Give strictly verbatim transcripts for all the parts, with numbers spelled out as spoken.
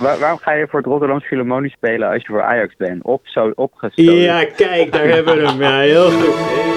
Waar, waarom ga je voor het Rotterdamse Philharmonie spelen als je voor Ajax bent? Op, zo opgestoten. Ja, kijk, daar hebben we hem. Ja, heel goed.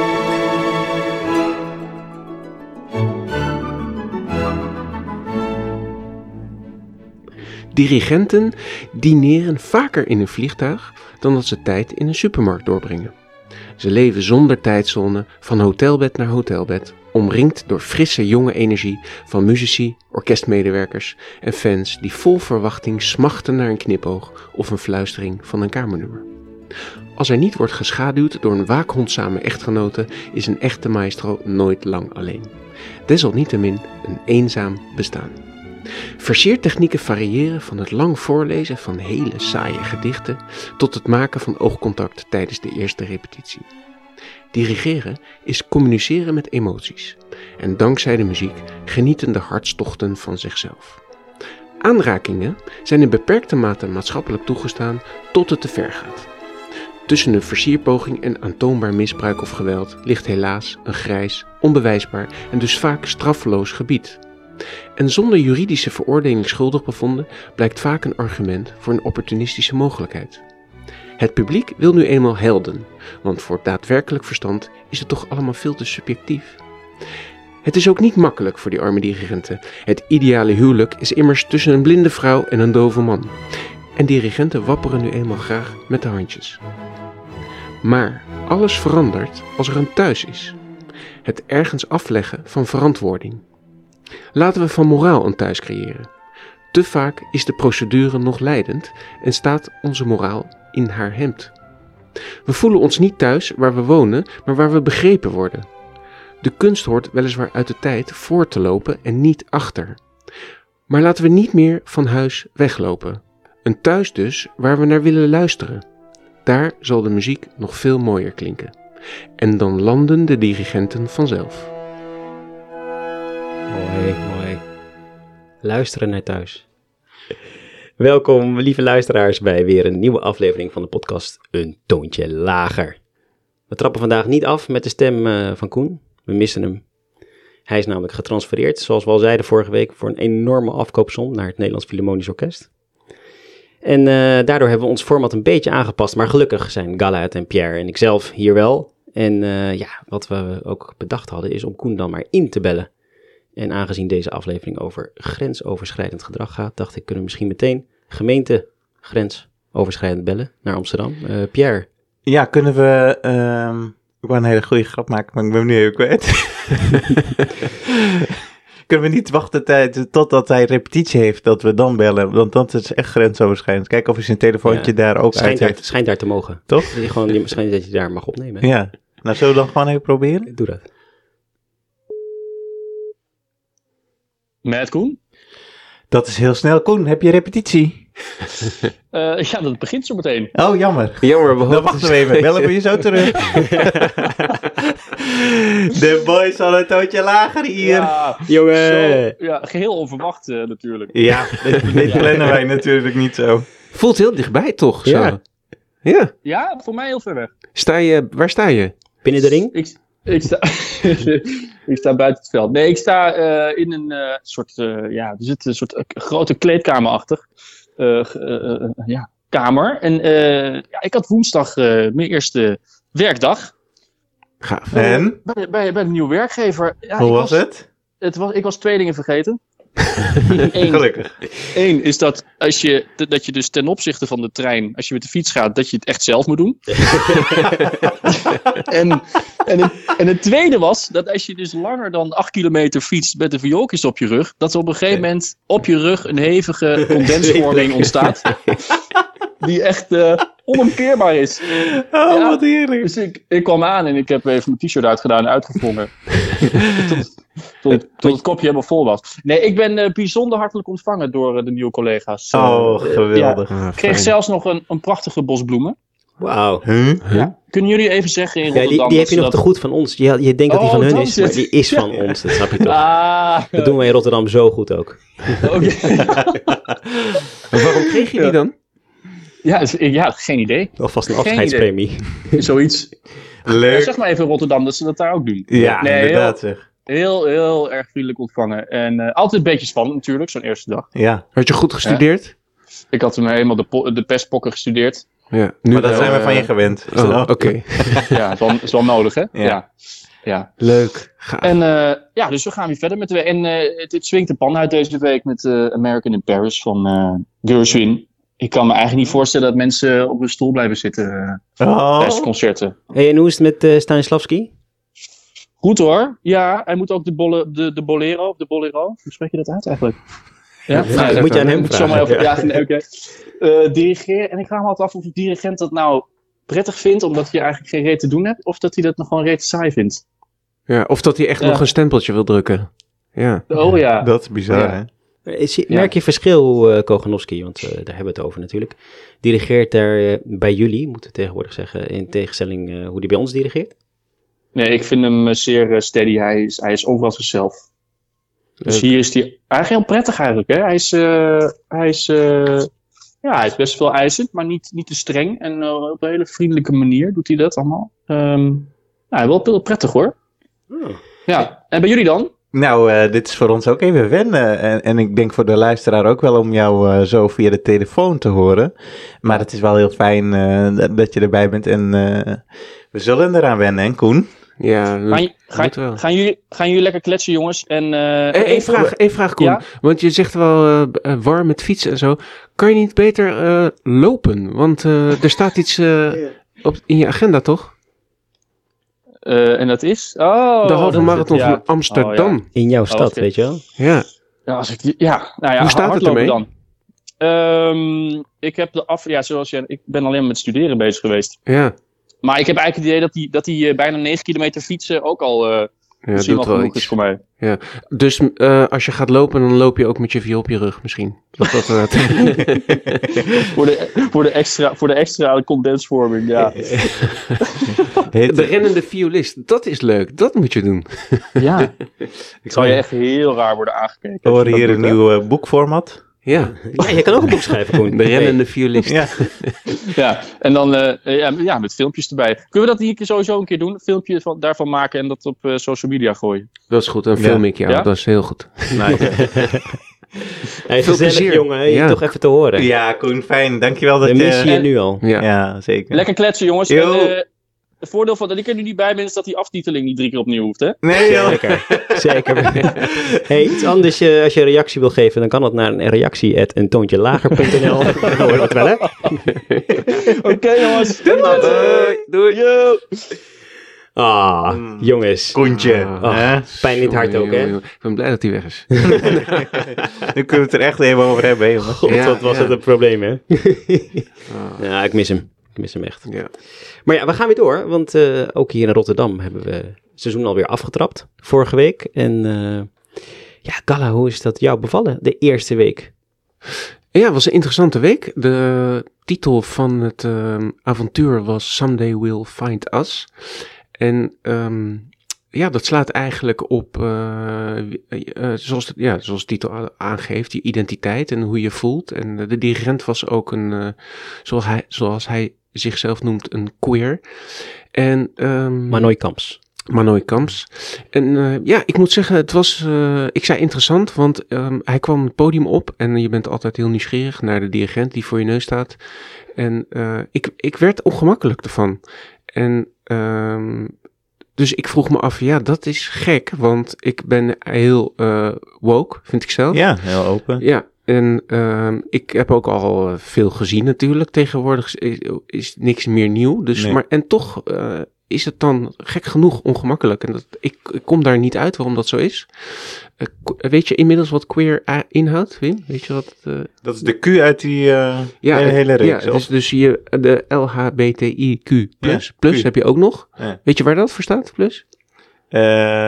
Dirigenten dineren vaker in een vliegtuig dan dat ze tijd in een supermarkt doorbrengen. Ze leven zonder tijdzone, van hotelbed naar hotelbed, omringd door frisse jonge energie van muzici, orkestmedewerkers en fans die vol verwachting smachten naar een knipoog of een fluistering van een kamernummer. Als er niet wordt geschaduwd door een waakhondzame echtgenote, is een echte maestro nooit lang alleen. Desalniettemin een eenzaam bestaan. Versiertechnieken variëren van het lang voorlezen van hele saaie gedichten tot het maken van oogcontact tijdens de eerste repetitie. Dirigeren is communiceren met emoties en dankzij de muziek genieten de hartstochten van zichzelf. Aanrakingen zijn in beperkte mate maatschappelijk toegestaan tot het te ver gaat. Tussen een versierpoging en aantoonbaar misbruik of geweld ligt helaas een grijs, onbewijsbaar en dus vaak straffeloos gebied. En zonder juridische veroordeling schuldig bevonden blijkt vaak een argument voor een opportunistische mogelijkheid. Het publiek wil nu eenmaal helden, want voor daadwerkelijk verstand is het toch allemaal veel te subjectief. Het is ook niet makkelijk voor die arme dirigenten. Het ideale huwelijk is immers tussen een blinde vrouw en een dove man. En dirigenten wapperen nu eenmaal graag met de handjes. Maar alles verandert als er een thuis is. Het ergens afleggen van verantwoording. Laten we van moraal een thuis creëren. Te vaak is de procedure nog leidend en staat onze moraal in haar hemd. We voelen ons niet thuis waar we wonen, maar waar we begrepen worden. De kunst hoort weliswaar uit de tijd voor te lopen en niet achter. Maar laten we niet meer van huis weglopen. Een thuis dus waar we naar willen luisteren. Daar zal de muziek nog veel mooier klinken. En dan landen de dirigenten vanzelf. Mooi, mooi. Luisteren naar thuis. Welkom, lieve luisteraars, bij weer een nieuwe aflevering van de podcast Een Toontje Lager. We trappen vandaag niet af met de stem uh, van Koen. We missen hem. Hij is namelijk getransfereerd, zoals we al zeiden vorige week, voor een enorme afkoopsom naar het Nederlands Philharmonisch Orkest. En uh, daardoor hebben we ons format een beetje aangepast, maar gelukkig zijn Galaad en Pierre en ikzelf hier wel. En uh, ja, wat we ook bedacht hadden is om Koen dan maar in te bellen. En aangezien deze aflevering over grensoverschrijdend gedrag gaat, dacht ik, kunnen we misschien meteen gemeente grensoverschrijdend bellen naar Amsterdam. Uh, Pierre. Ja, kunnen we... Uh, ik wou een hele goede grap maken, maar ik ben hem nu even kwijt. Kunnen we niet wachten tijd, totdat hij repetitie heeft, dat we dan bellen? Want dat is echt grensoverschrijdend. Kijk of hij zijn telefoontje ja, daar ook schijnt uit daar, heeft. Schijnt daar te mogen. Toch? Je gewoon, je, schijnt dat je daar mag opnemen. Hè? Ja. Nou, zullen we dan gewoon even proberen? Doe dat. Met Koen? Dat is heel snel. Koen, heb je repetitie? uh, ja, dat begint zo meteen. Oh, jammer. Jammer, we dan wachten we even. Bellen we je zo terug. De boys van een Toontje Lager hier. Ja, jongen. Zo, ja, geheel onverwacht uh, natuurlijk. Ja, dit, dit ja. plannen wij natuurlijk niet zo. Voelt heel dichtbij toch? Zo. Ja. Ja. Ja, voor mij heel ver weg. Sta je, waar sta je? Binnen de ring? Ik, ik, sta, ik sta buiten het veld. Nee, ik sta uh, in een uh, soort, uh, ja, er zit een soort uh, grote kleedkamerachtig uh, uh, uh, ja, kamer. En uh, ja, ik had woensdag uh, mijn eerste werkdag. Gaaf. En? Bij, bij, bij de nieuwe werkgever. Ja, Hoe was, was het? het was? Ik was twee dingen vergeten. Eén, Gelukkig. Eén is dat als je, dat je dus ten opzichte van de trein, als je met de fiets gaat, dat je het echt zelf moet doen. en, en, het, en het tweede was dat als je dus langer dan acht kilometer fietst met de viooltjes op je rug, dat er op een gegeven moment op je rug een hevige condensvorming ontstaat. Die echt uh, onomkeerbaar is. Oh, ja, wat heerlijk. Dus ik, ik kwam aan en ik heb even mijn t-shirt uitgedaan en uitgevrongen. tot, tot, tot het kopje helemaal vol was. Nee, ik ben uh, bijzonder hartelijk ontvangen door uh, de nieuwe collega's. Uh, oh, geweldig. Ja, ik kreeg zelfs nog een, een prachtige bos bloemen. Wauw. Huh? Ja. Kunnen jullie even zeggen in ja, Rotterdam... Die, die heb je nog dat... te goed van ons. Je, je denkt dat die oh, van hun is, maar het. die is van ons. Dat snap je toch? Ah, dat doen wij in Rotterdam zo goed ook. Okay. Maar waarom kreeg je die dan? Ja, ja, geen idee. Alvast een afscheidspremie. Zoiets. Leuk. Ja, zeg maar even in Rotterdam dat ze dat daar ook doen. Ja, nee, inderdaad heel, zeg. Heel, heel erg vriendelijk ontvangen. En uh, altijd een beetje spannend natuurlijk, zo'n eerste dag. Ja. Had je goed gestudeerd? Ik had hem helemaal de, po- de pestpokken gestudeerd. Ja, nu Maar dat wel. zijn we van je eh, gewend. Oh, Zo. oké. Ja, is wel, is wel nodig, hè? Ja. Ja. ja. Leuk. Gaaf. En uh, ja, dus we gaan weer verder met de... En uh, het, het swingt de pan uit deze week met uh, American in Paris van uh, Gershwin. Ik kan me eigenlijk niet voorstellen dat mensen op hun stoel blijven zitten uh, Oh. tijdens concerten. Hey, en hoe is het met uh, Stanislavski? Goed hoor. Ja, hij moet ook de, bolle, de, de bolero, of de bolero, hoe spreek je dat uit eigenlijk? Ja, Ja, dat moet je aan hem moet ik zo maar vragen. over, ja, nee, oké. Uh, dirigeren. En ik vraag me altijd af of de dirigent dat nou prettig vindt, omdat hij eigenlijk geen reet te doen hebt, of dat hij dat nog gewoon reet saai vindt. Ja, of dat hij echt Ja. nog een stempeltje wil drukken. Ja. Oh ja. Dat is bizar, Ja. hè? Is, merk je verschil, uh, Koganowski, want uh, daar hebben we het over natuurlijk. Dirigeert daar uh, bij jullie, moeten we tegenwoordig zeggen, in tegenstelling uh, hoe die bij ons dirigeert? Nee, ik vind hem uh, zeer uh, steady. Hij is, hij is overal zichzelf. Dus Leuk. hier is hij eigenlijk heel prettig eigenlijk. Hè? Hij is, uh, hij is, uh, ja, hij is best wel eisend, maar niet, niet te streng. En uh, op een hele vriendelijke manier doet hij dat allemaal. Um, ja, wel heel prettig hoor. Oh. Ja, en bij jullie dan? Nou, uh, dit is voor ons ook even wennen. En, en ik denk voor de luisteraar ook wel om jou uh, zo via de telefoon te horen. Maar het is wel heel fijn uh, dat, dat je erbij bent. En uh, we zullen eraan wennen, hè, Koen? Ja, Gaan, dat je- ga- moet wel. gaan, jullie, gaan jullie lekker kletsen jongens? En, uh, Eén even- vraag, één vraag, Koen. Ja? Want je zegt wel uh, b- uh, warm met fietsen en zo. Kan je niet beter uh, lopen? Want uh, er staat iets uh, op, in je agenda, toch? Uh, en dat is? Oh, De halve dat is het, marathon ja. van Amsterdam. Oh, In jouw stad, oké. weet je wel? ja. Ja, als ik die, ja, nou ja, Hoe staat het hardlopen ermee? dan? Ehm, ik heb de af, ja, zoals je, ik ben alleen maar met studeren bezig geweest. Ja, Maar ik heb eigenlijk het idee dat die, dat die uh, bijna negen kilometer fietsen ook al uh, ja misschien wel doet wel genoeg is iets. voor mij. Dus uh, als je gaat lopen, dan loop je ook met je viool op je rug misschien. Dat dat uh, voor, de, voor, de extra, voor de extra condensvorming, ja. De rennende violist, dat is leuk. Dat moet je doen. ja. Zou je echt heel raar worden aangekeken. We als je horen dat hier doet, een hè? nieuw uh, boekformat. Ja, Ja, je kan ook een boek schrijven, Koen. de rennende violist. Ja. Ja, en dan uh, ja, ja, met filmpjes erbij. Kunnen we dat hier sowieso een keer doen? Een filmpje van, daarvan maken en dat op uh, social media gooien? Dat is goed, dan film ik jou. Ja? Dat is heel goed. Nice. Hey, Veel gezellig, plezier. jongen. Je Ja. toch even te horen. Ja, Koen, fijn. Dankjewel dat We missen je... je nu al. Ja. Ja, zeker. Lekker kletsen, jongens. Yo. En, uh, het voordeel van dat ik er nu niet bij ben, is dat die aftiteling niet drie keer opnieuw hoeft, hè? Nee, joh. Zeker. Zeker. Hey, iets anders, uh, als je een reactie wil geven, dan kan dat naar een reactie at een toontje lager punt n l. Dan horen we dat wel, hè? Oké, okay, jongens. Doei. Doei. Yo. Ah, Mm. jongens. Koentje. Ah. hè? Pijn in het hart ook, hè? Ik ben blij dat hij weg is. Nu kunnen we het er echt even over hebben, hè, jongens. God, Ja, wat was ja. het een probleem, hè? Ah, Ja, ik mis hem. Ik mis hem echt. ja. Maar ja, we gaan weer door, want uh, ook hier in Rotterdam hebben we het seizoen alweer afgetrapt, vorige week. En uh, ja, Galla, hoe is dat jou bevallen, de eerste week? Ja, het was een interessante week. De titel van het uh, avontuur was Someday We'll Find Us. En um, ja, dat slaat eigenlijk op, uh, uh, zoals, de, ja, zoals de titel aangeeft, je identiteit en hoe je voelt. En de dirigent was ook een, uh, zoals, hij, zoals hij zichzelf noemt, een queer. En, um, Manoy Kamps. Manoy Kamps. En uh, ja, ik moet zeggen, het was, uh, ik zei interessant, want um, hij kwam het podium op en je bent altijd heel nieuwsgierig naar de dirigent die voor je neus staat. En uh, ik, ik werd ongemakkelijk ervan. En um, dus ik vroeg me af, ja, dat is gek, want ik ben heel uh, woke, vind ik zelf. Ja, heel open. Ja, en uh, ik heb ook al veel gezien natuurlijk. Tegenwoordig is, is niks meer nieuw. Dus, Nee. maar, en toch uh, is het dan gek genoeg ongemakkelijk. En dat, ik, ik kom daar niet uit waarom dat zo is. Uh, weet je inmiddels wat queer inhoudt, Wim? Weet je wat? Uh, Dat is de Q uit die uh, ja, hele, hele reeks. ja, dus, dus je, de L H B T I Q plus, Ja, plus Q. heb je ook nog. Ja. Weet je waar dat voor staat, plus? Uh,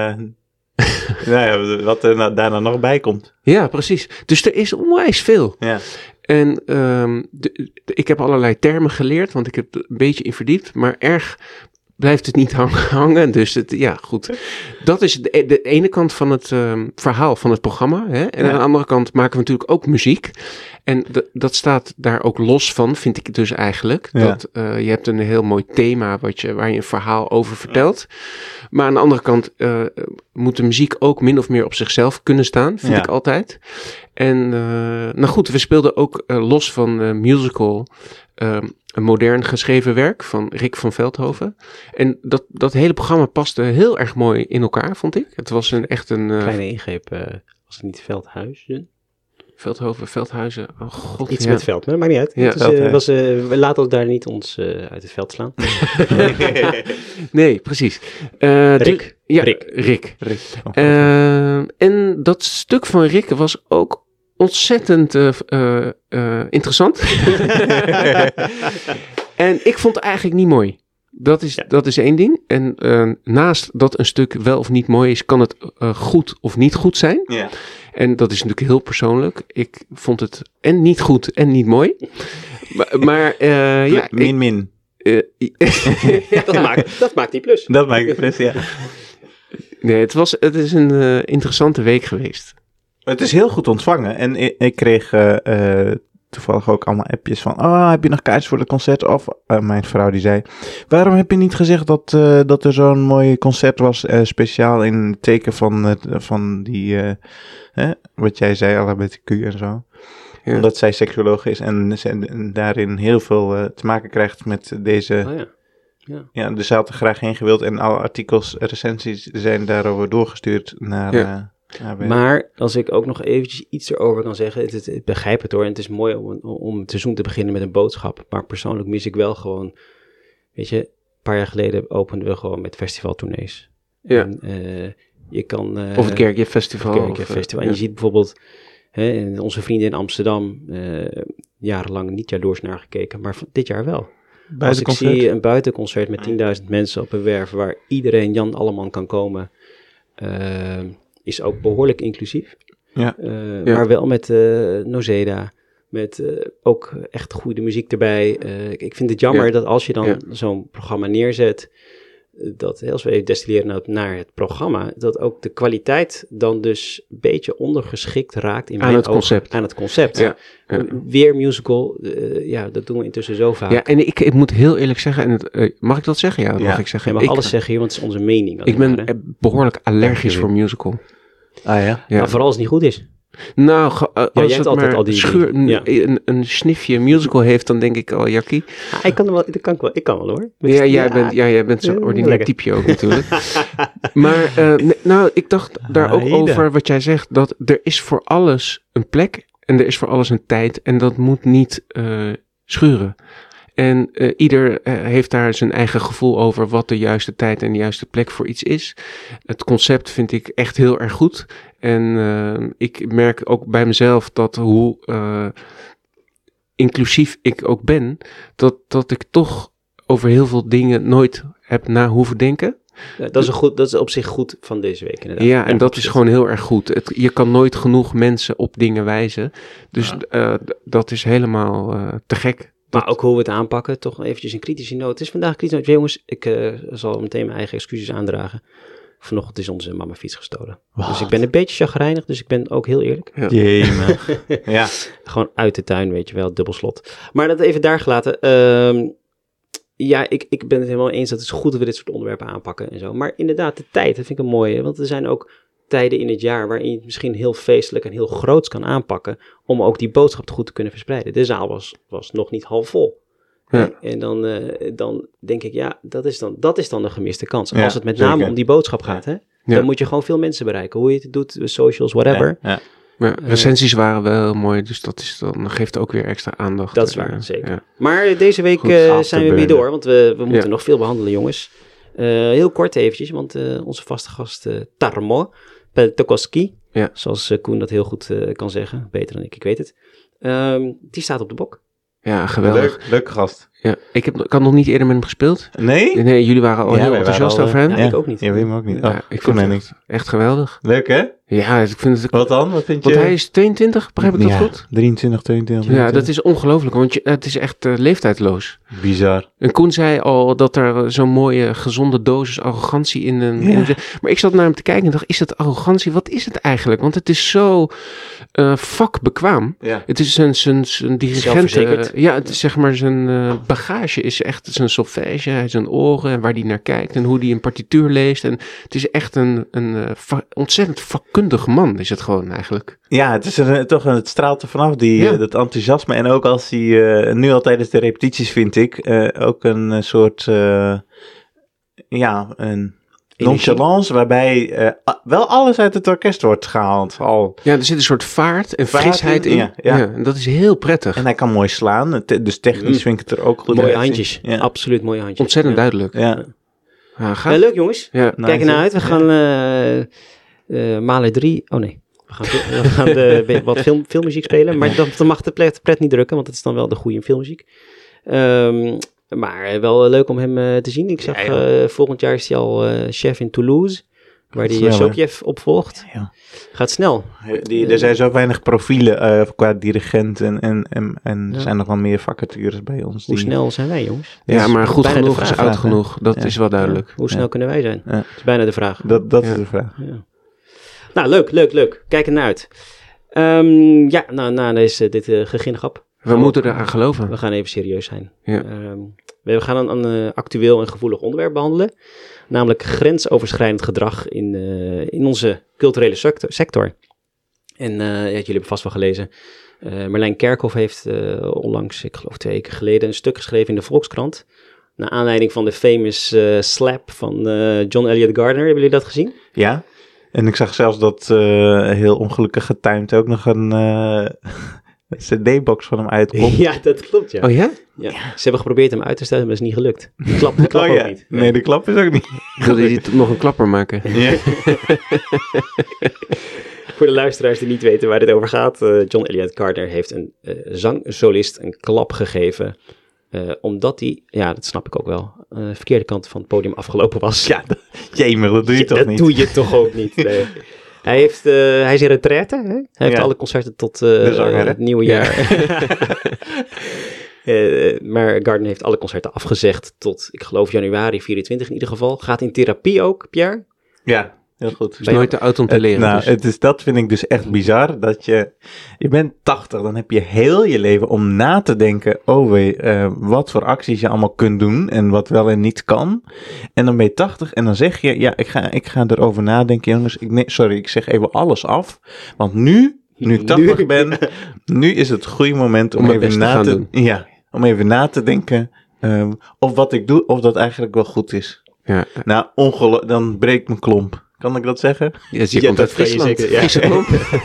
nou ja, wat er na, daarna nog bij komt. Ja, precies. Dus er is onwijs veel. Ja. En um, de, de, ik heb allerlei termen geleerd, want ik heb er een beetje in verdiept, maar erg blijft het niet hang- hangen. Dus het, ja, goed. Dat is de, de ene kant van het um, verhaal van het programma. Hè? En Ja. aan de andere kant maken we natuurlijk ook muziek. En d- dat staat daar ook los van, vind ik dus eigenlijk. Ja. Dat uh, je hebt een heel mooi thema wat je, waar je een verhaal over vertelt. Maar aan de andere kant uh, moet de muziek ook min of meer op zichzelf kunnen staan, vind Ja. ik altijd. En uh, nou goed, we speelden ook uh, los van uh, musical um, een modern geschreven werk van Rick van Veldhoven. En dat, dat hele programma paste heel erg mooi in elkaar, vond ik. Het was een, echt een... Uh, Kleine ingreep, uh, was het niet Veldhuizen? Veldhoven, Veldhuizen, oh god. Iets ja. met veld, maar dat maakt niet uit. Ja, het is, uh, was, uh, we laten ons daar niet ons uh, uit het veld slaan. Nee, precies. Uh, Rick. De, ja, Rick. Rick. Rick. Oh, Uh, en dat stuk van Rick was ook ontzettend uh, uh, uh, interessant. En ik vond het eigenlijk niet mooi. Dat is, Ja. dat is één ding. En uh, naast dat een stuk wel of niet mooi is, kan het uh, goed of niet goed zijn. Ja. En dat is natuurlijk heel persoonlijk. Ik vond het en niet goed en niet mooi. maar maar uh, ja, Min, ik, min. uh, dat, maakt, dat maakt die plus. Dat maakt het plus, ja. nee, het, was, het is een uh, interessante week geweest. Het is heel goed ontvangen. En ik, ik kreeg uh, uh, toevallig ook allemaal appjes van... Oh, heb je nog kaartjes voor het concert? Of uh, mijn vrouw die zei... Waarom heb je niet gezegd dat, uh, dat er zo'n mooi concert was... Uh, speciaal in het teken van, uh, van die... Uh, hè, wat jij zei, L H B T Q en zo. Ja. Omdat zij seksuoloog is en, ze, en daarin heel veel uh, te maken krijgt met deze... Oh, ja. Ja. Ja, dus zij had er graag heen gewild. En alle artikels, recensies zijn daarover doorgestuurd naar... Ja. Uh, naar bij- Maar als ik ook nog eventjes iets erover kan zeggen, het, het, ik begrijp het hoor, en het is mooi om, om het seizoen te beginnen met een boodschap, maar persoonlijk mis ik wel gewoon, weet je, een paar jaar geleden openden we gewoon met festivaltournees. Ja. En, uh, je kan... Uh, Of het Kerkje Festival. Kerkje of, uh, Festival. ja. En je ziet bijvoorbeeld, hè, onze vrienden in Amsterdam, uh, jarenlang niet jaloers naar gekeken, maar van dit jaar wel. Als ik Buitenconcert? zie een buitenconcert met tienduizend mensen op een werf waar iedereen Jan Alleman kan komen, uh, is ook behoorlijk inclusief. Ja. Uh, Ja. Maar wel met uh, Nozeda, met uh, ook echt goede muziek erbij. Uh, ik, ik vind het jammer Ja. dat als je dan Ja. zo'n programma neerzet, uh, dat als we even destilleren naar, naar het programma, dat ook de kwaliteit dan dus een beetje ondergeschikt raakt in Aan mijn het ogen concept. aan het concept. Ja. Ja. Weer musical, uh, ja, dat doen we intussen zo vaak. Ja, en ik, ik moet heel eerlijk zeggen, en het, uh, mag ik dat zeggen? Ja, dat Ja. mag ik zeggen. Je mag ik, alles zeggen hier, want het is onze mening. Ik ben hè? uh, behoorlijk allergisch Ja. voor musical. Ah ja? Ja. Maar vooral als het niet goed is. Nou, ge- uh, jij als hebt het altijd maar al die- schuur, een, ja. een, een snifje musical heeft, dan denk ik al, Jackie. Ah, ik kan er wel, dat kan ik wel, ik kan wel hoor. Met- Ja, jij bent, ja, jij bent zo'n Ja, ordinair lekker. typeje ook natuurlijk. Maar uh, nee, nou, ik dacht daar ook Heide. over wat jij zegt, dat er is voor alles een plek en er is voor alles een tijd en dat moet niet uh, schuren. En uh, ieder uh, heeft daar zijn eigen gevoel over wat de juiste tijd en de juiste plek voor iets is. Het concept vind ik echt heel erg goed. En uh, ik merk ook bij mezelf dat hoe uh, inclusief ik ook ben, dat, dat ik toch over heel veel dingen nooit heb na hoeven denken. Ja, dat, is een goed, dat is op zich goed van deze week inderdaad. Ja, en dat is absoluut. gewoon heel erg goed. Het, je kan nooit genoeg mensen op dingen wijzen. Dus uh, d- dat is helemaal uh, te gek. Maar ook hoe we het aanpakken, toch eventjes een kritische noot. Het is vandaag een kritische noot. Jongens, ik uh, zal meteen mijn eigen excuses aandragen. Vanochtend is onze mama fiets gestolen. Wat? Dus ik ben een beetje chagrijnig, dus ik ben ook heel eerlijk. Jemig. Ja. Gewoon uit de tuin, weet je wel, dubbel slot. Maar dat even daar gelaten. Um, ja, ik, ik ben het helemaal eens dat het is goed dat we dit soort onderwerpen aanpakken en zo. Maar inderdaad, de tijd, dat vind ik een mooie. Want er zijn ook tijden in het jaar waarin je het misschien heel feestelijk en heel groots kan aanpakken. Om ook die boodschap te goed te kunnen verspreiden. De zaal was, was nog niet half vol. Ja. En dan, uh, dan denk ik, ja, dat is dan, dat is dan de gemiste kans. Ja, Als het met name zeker. om die boodschap gaat, hè. Ja. Dan moet je gewoon veel mensen bereiken. Hoe je het doet, socials, whatever. Ja, ja. Maar recensies waren wel heel mooi, dus dat is dan, geeft ook weer extra aandacht. Dat is waar, Uh, zeker. ja. Maar deze week Goed, uh, zijn we afterburner. weer door, want we, we moeten Ja. nog veel behandelen, jongens. Uh, heel kort eventjes, want uh, onze vaste gast uh, Tarmo Peltokoski, Ja. zoals uh, Koen dat heel goed uh, kan zeggen, beter dan ik, ik weet het. Um, die staat op de bok. Ja, geweldig. Leuk, leuke gast. Ja. Ik, heb, ik had nog niet eerder met hem gespeeld. Nee? Nee, jullie waren al Ja, heel wij enthousiast waren al, over hem. Ja, Ja. ik ook niet. Ja, Wim ook niet. Ja, Oh, ik Koen vond en het ik. echt, echt geweldig. Leuk hè? Ja, ik vind het... Wat dan? Wat vind je? Want hij is tweeëntwintig, begrijp ik dat ja, goed? drieëntwintig, tweeëntwintig. Ja, dat is ongelooflijk, want je, het is echt uh, leeftijdloos. Bizar. En Koen zei al dat er zo'n mooie gezonde dosis arrogantie in een... Ja. In de, maar ik zat naar hem te kijken en dacht, is dat arrogantie? Wat is het eigenlijk? Want het is zo uh, vakbekwaam. Ja. Het is zijn, zijn, zijn dirigent... Zelfverzekerd. Uh, ja, het is zeg maar zijn uh, bagage is echt zijn solfège, zijn oren en waar hij naar kijkt en hoe hij een partituur leest. En het is echt een, een uh, va- ontzettend vakkundig man, is het gewoon eigenlijk. Ja, het is een, toch een, het straalt er vanaf, die, Ja. uh, dat enthousiasme. En ook als hij, uh, nu al tijdens de repetities vind ik, uh, ook een uh, soort, uh, ja, een nonchalance waarbij uh, a- wel alles uit het orkest wordt gehaald al. Ja, er zit een soort vaart en Vaart frisheid in, in. ja, ja. en dat is heel prettig. En hij kan mooi slaan, te- dus technisch Mm. vind ik het er ook goed Mooie uitzien. handjes. Ja. Absoluut mooie handjes. Ontzettend ja. duidelijk. Ja. Ja, gaaf. Ja, leuk jongens. Ja. Nice, Kijk er naar hè? uit. We Ja. gaan uh, uh, Mahler drie... Oh nee. We gaan, we gaan de, wat film, filmmuziek spelen. Maar dan, dan mag de pret, pret niet drukken. Want het is dan wel de goede filmmuziek. Um, maar wel leuk om hem uh, te zien. Ik zag Ja, joh. uh, volgend jaar is hij al uh, chef in Toulouse. Waar hij Snel, hè? Sokjev opvolgt. Ja. Gaat snel. Die, er zijn zo weinig profielen uh, qua dirigent en, en, en, en Ja. er zijn nog wel meer vacatures bij ons. Hoe die- snel zijn wij jongens? Ja, maar goed bijna de genoeg is vraag, oud hè? genoeg. Dat Ja. is wel duidelijk. Ja, hoe snel Ja. kunnen wij zijn? Ja. Dat is bijna de vraag. Dat, dat Ja. is de vraag. Ja. Nou, leuk, leuk, leuk. Kijk er naar uit. Um, ja, nou, na deze, dit uh, gegingrap. We moeten eraan geloven. We gaan even serieus zijn. Ja. Um, we gaan een, een uh, actueel en gevoelig onderwerp behandelen. Namelijk grensoverschrijdend gedrag in, uh, in onze culturele sector. sector. En uh, ja, jullie hebben vast wel gelezen. Uh, Marlijn Kerkhoff heeft uh, onlangs, ik geloof twee weken geleden, een stuk geschreven in de Volkskrant. Naar aanleiding van de famous uh, slap van uh, John Elliott Gardner. Hebben jullie dat gezien? Ja, en ik zag zelfs dat uh, heel ongelukkig getimed ook nog een uh, C D-box van hem uitkomt. Ja, dat klopt, ja. Oh ja? ja. Ze hebben geprobeerd hem uit te stellen, maar dat is niet gelukt. De klap, de klap Oh ook ja, niet. nee, de klap is ook niet. Wilde hij nog een klapper maken? Ja. Voor de luisteraars die niet weten waar dit over gaat. Uh, John Elliott Gardner heeft een uh, zangsolist een klap gegeven. Uh, omdat hij, ja dat snap ik ook wel, uh, de verkeerde kant van het podium afgelopen was. Ja, dat, jemig, dat doe je Ja, toch dat niet? doe je toch ook niet. Nee. Hij, heeft, uh, hij is in retraite. Hè? Hij heeft Ja. alle concerten tot uh, De zanger, hè? het nieuwe jaar. uh, maar Gardner heeft alle concerten afgezegd tot, ik geloof, januari vierentwintig in ieder geval. Gaat in therapie ook, Pierre. Ja, heel goed. Het is nooit te oud om te Het, leren. nou, dus. het is, dat vind ik dus echt bizar. Dat je, je bent tachtig, dan heb je heel je leven om na te denken over uh, wat voor acties je allemaal kunt doen en wat wel en niet kan. En dan ben je tachtig en dan zeg je, ja, ik ga, ik ga erover nadenken, jongens. Ik, nee, sorry, ik zeg even alles af. Want nu, nu ik tachtig Nu. ben, nu is het goede moment om, Om mijn even best te na gaan te, doen. ja, om even na te denken um, of wat ik doe, of dat eigenlijk wel goed is. Ja. Nou, ongelo- dan breekt mijn klomp. Kan ik dat zeggen? Ja, dus je Ja, komt uit dat kan je Friesland. zeker, ja. Friese klomp.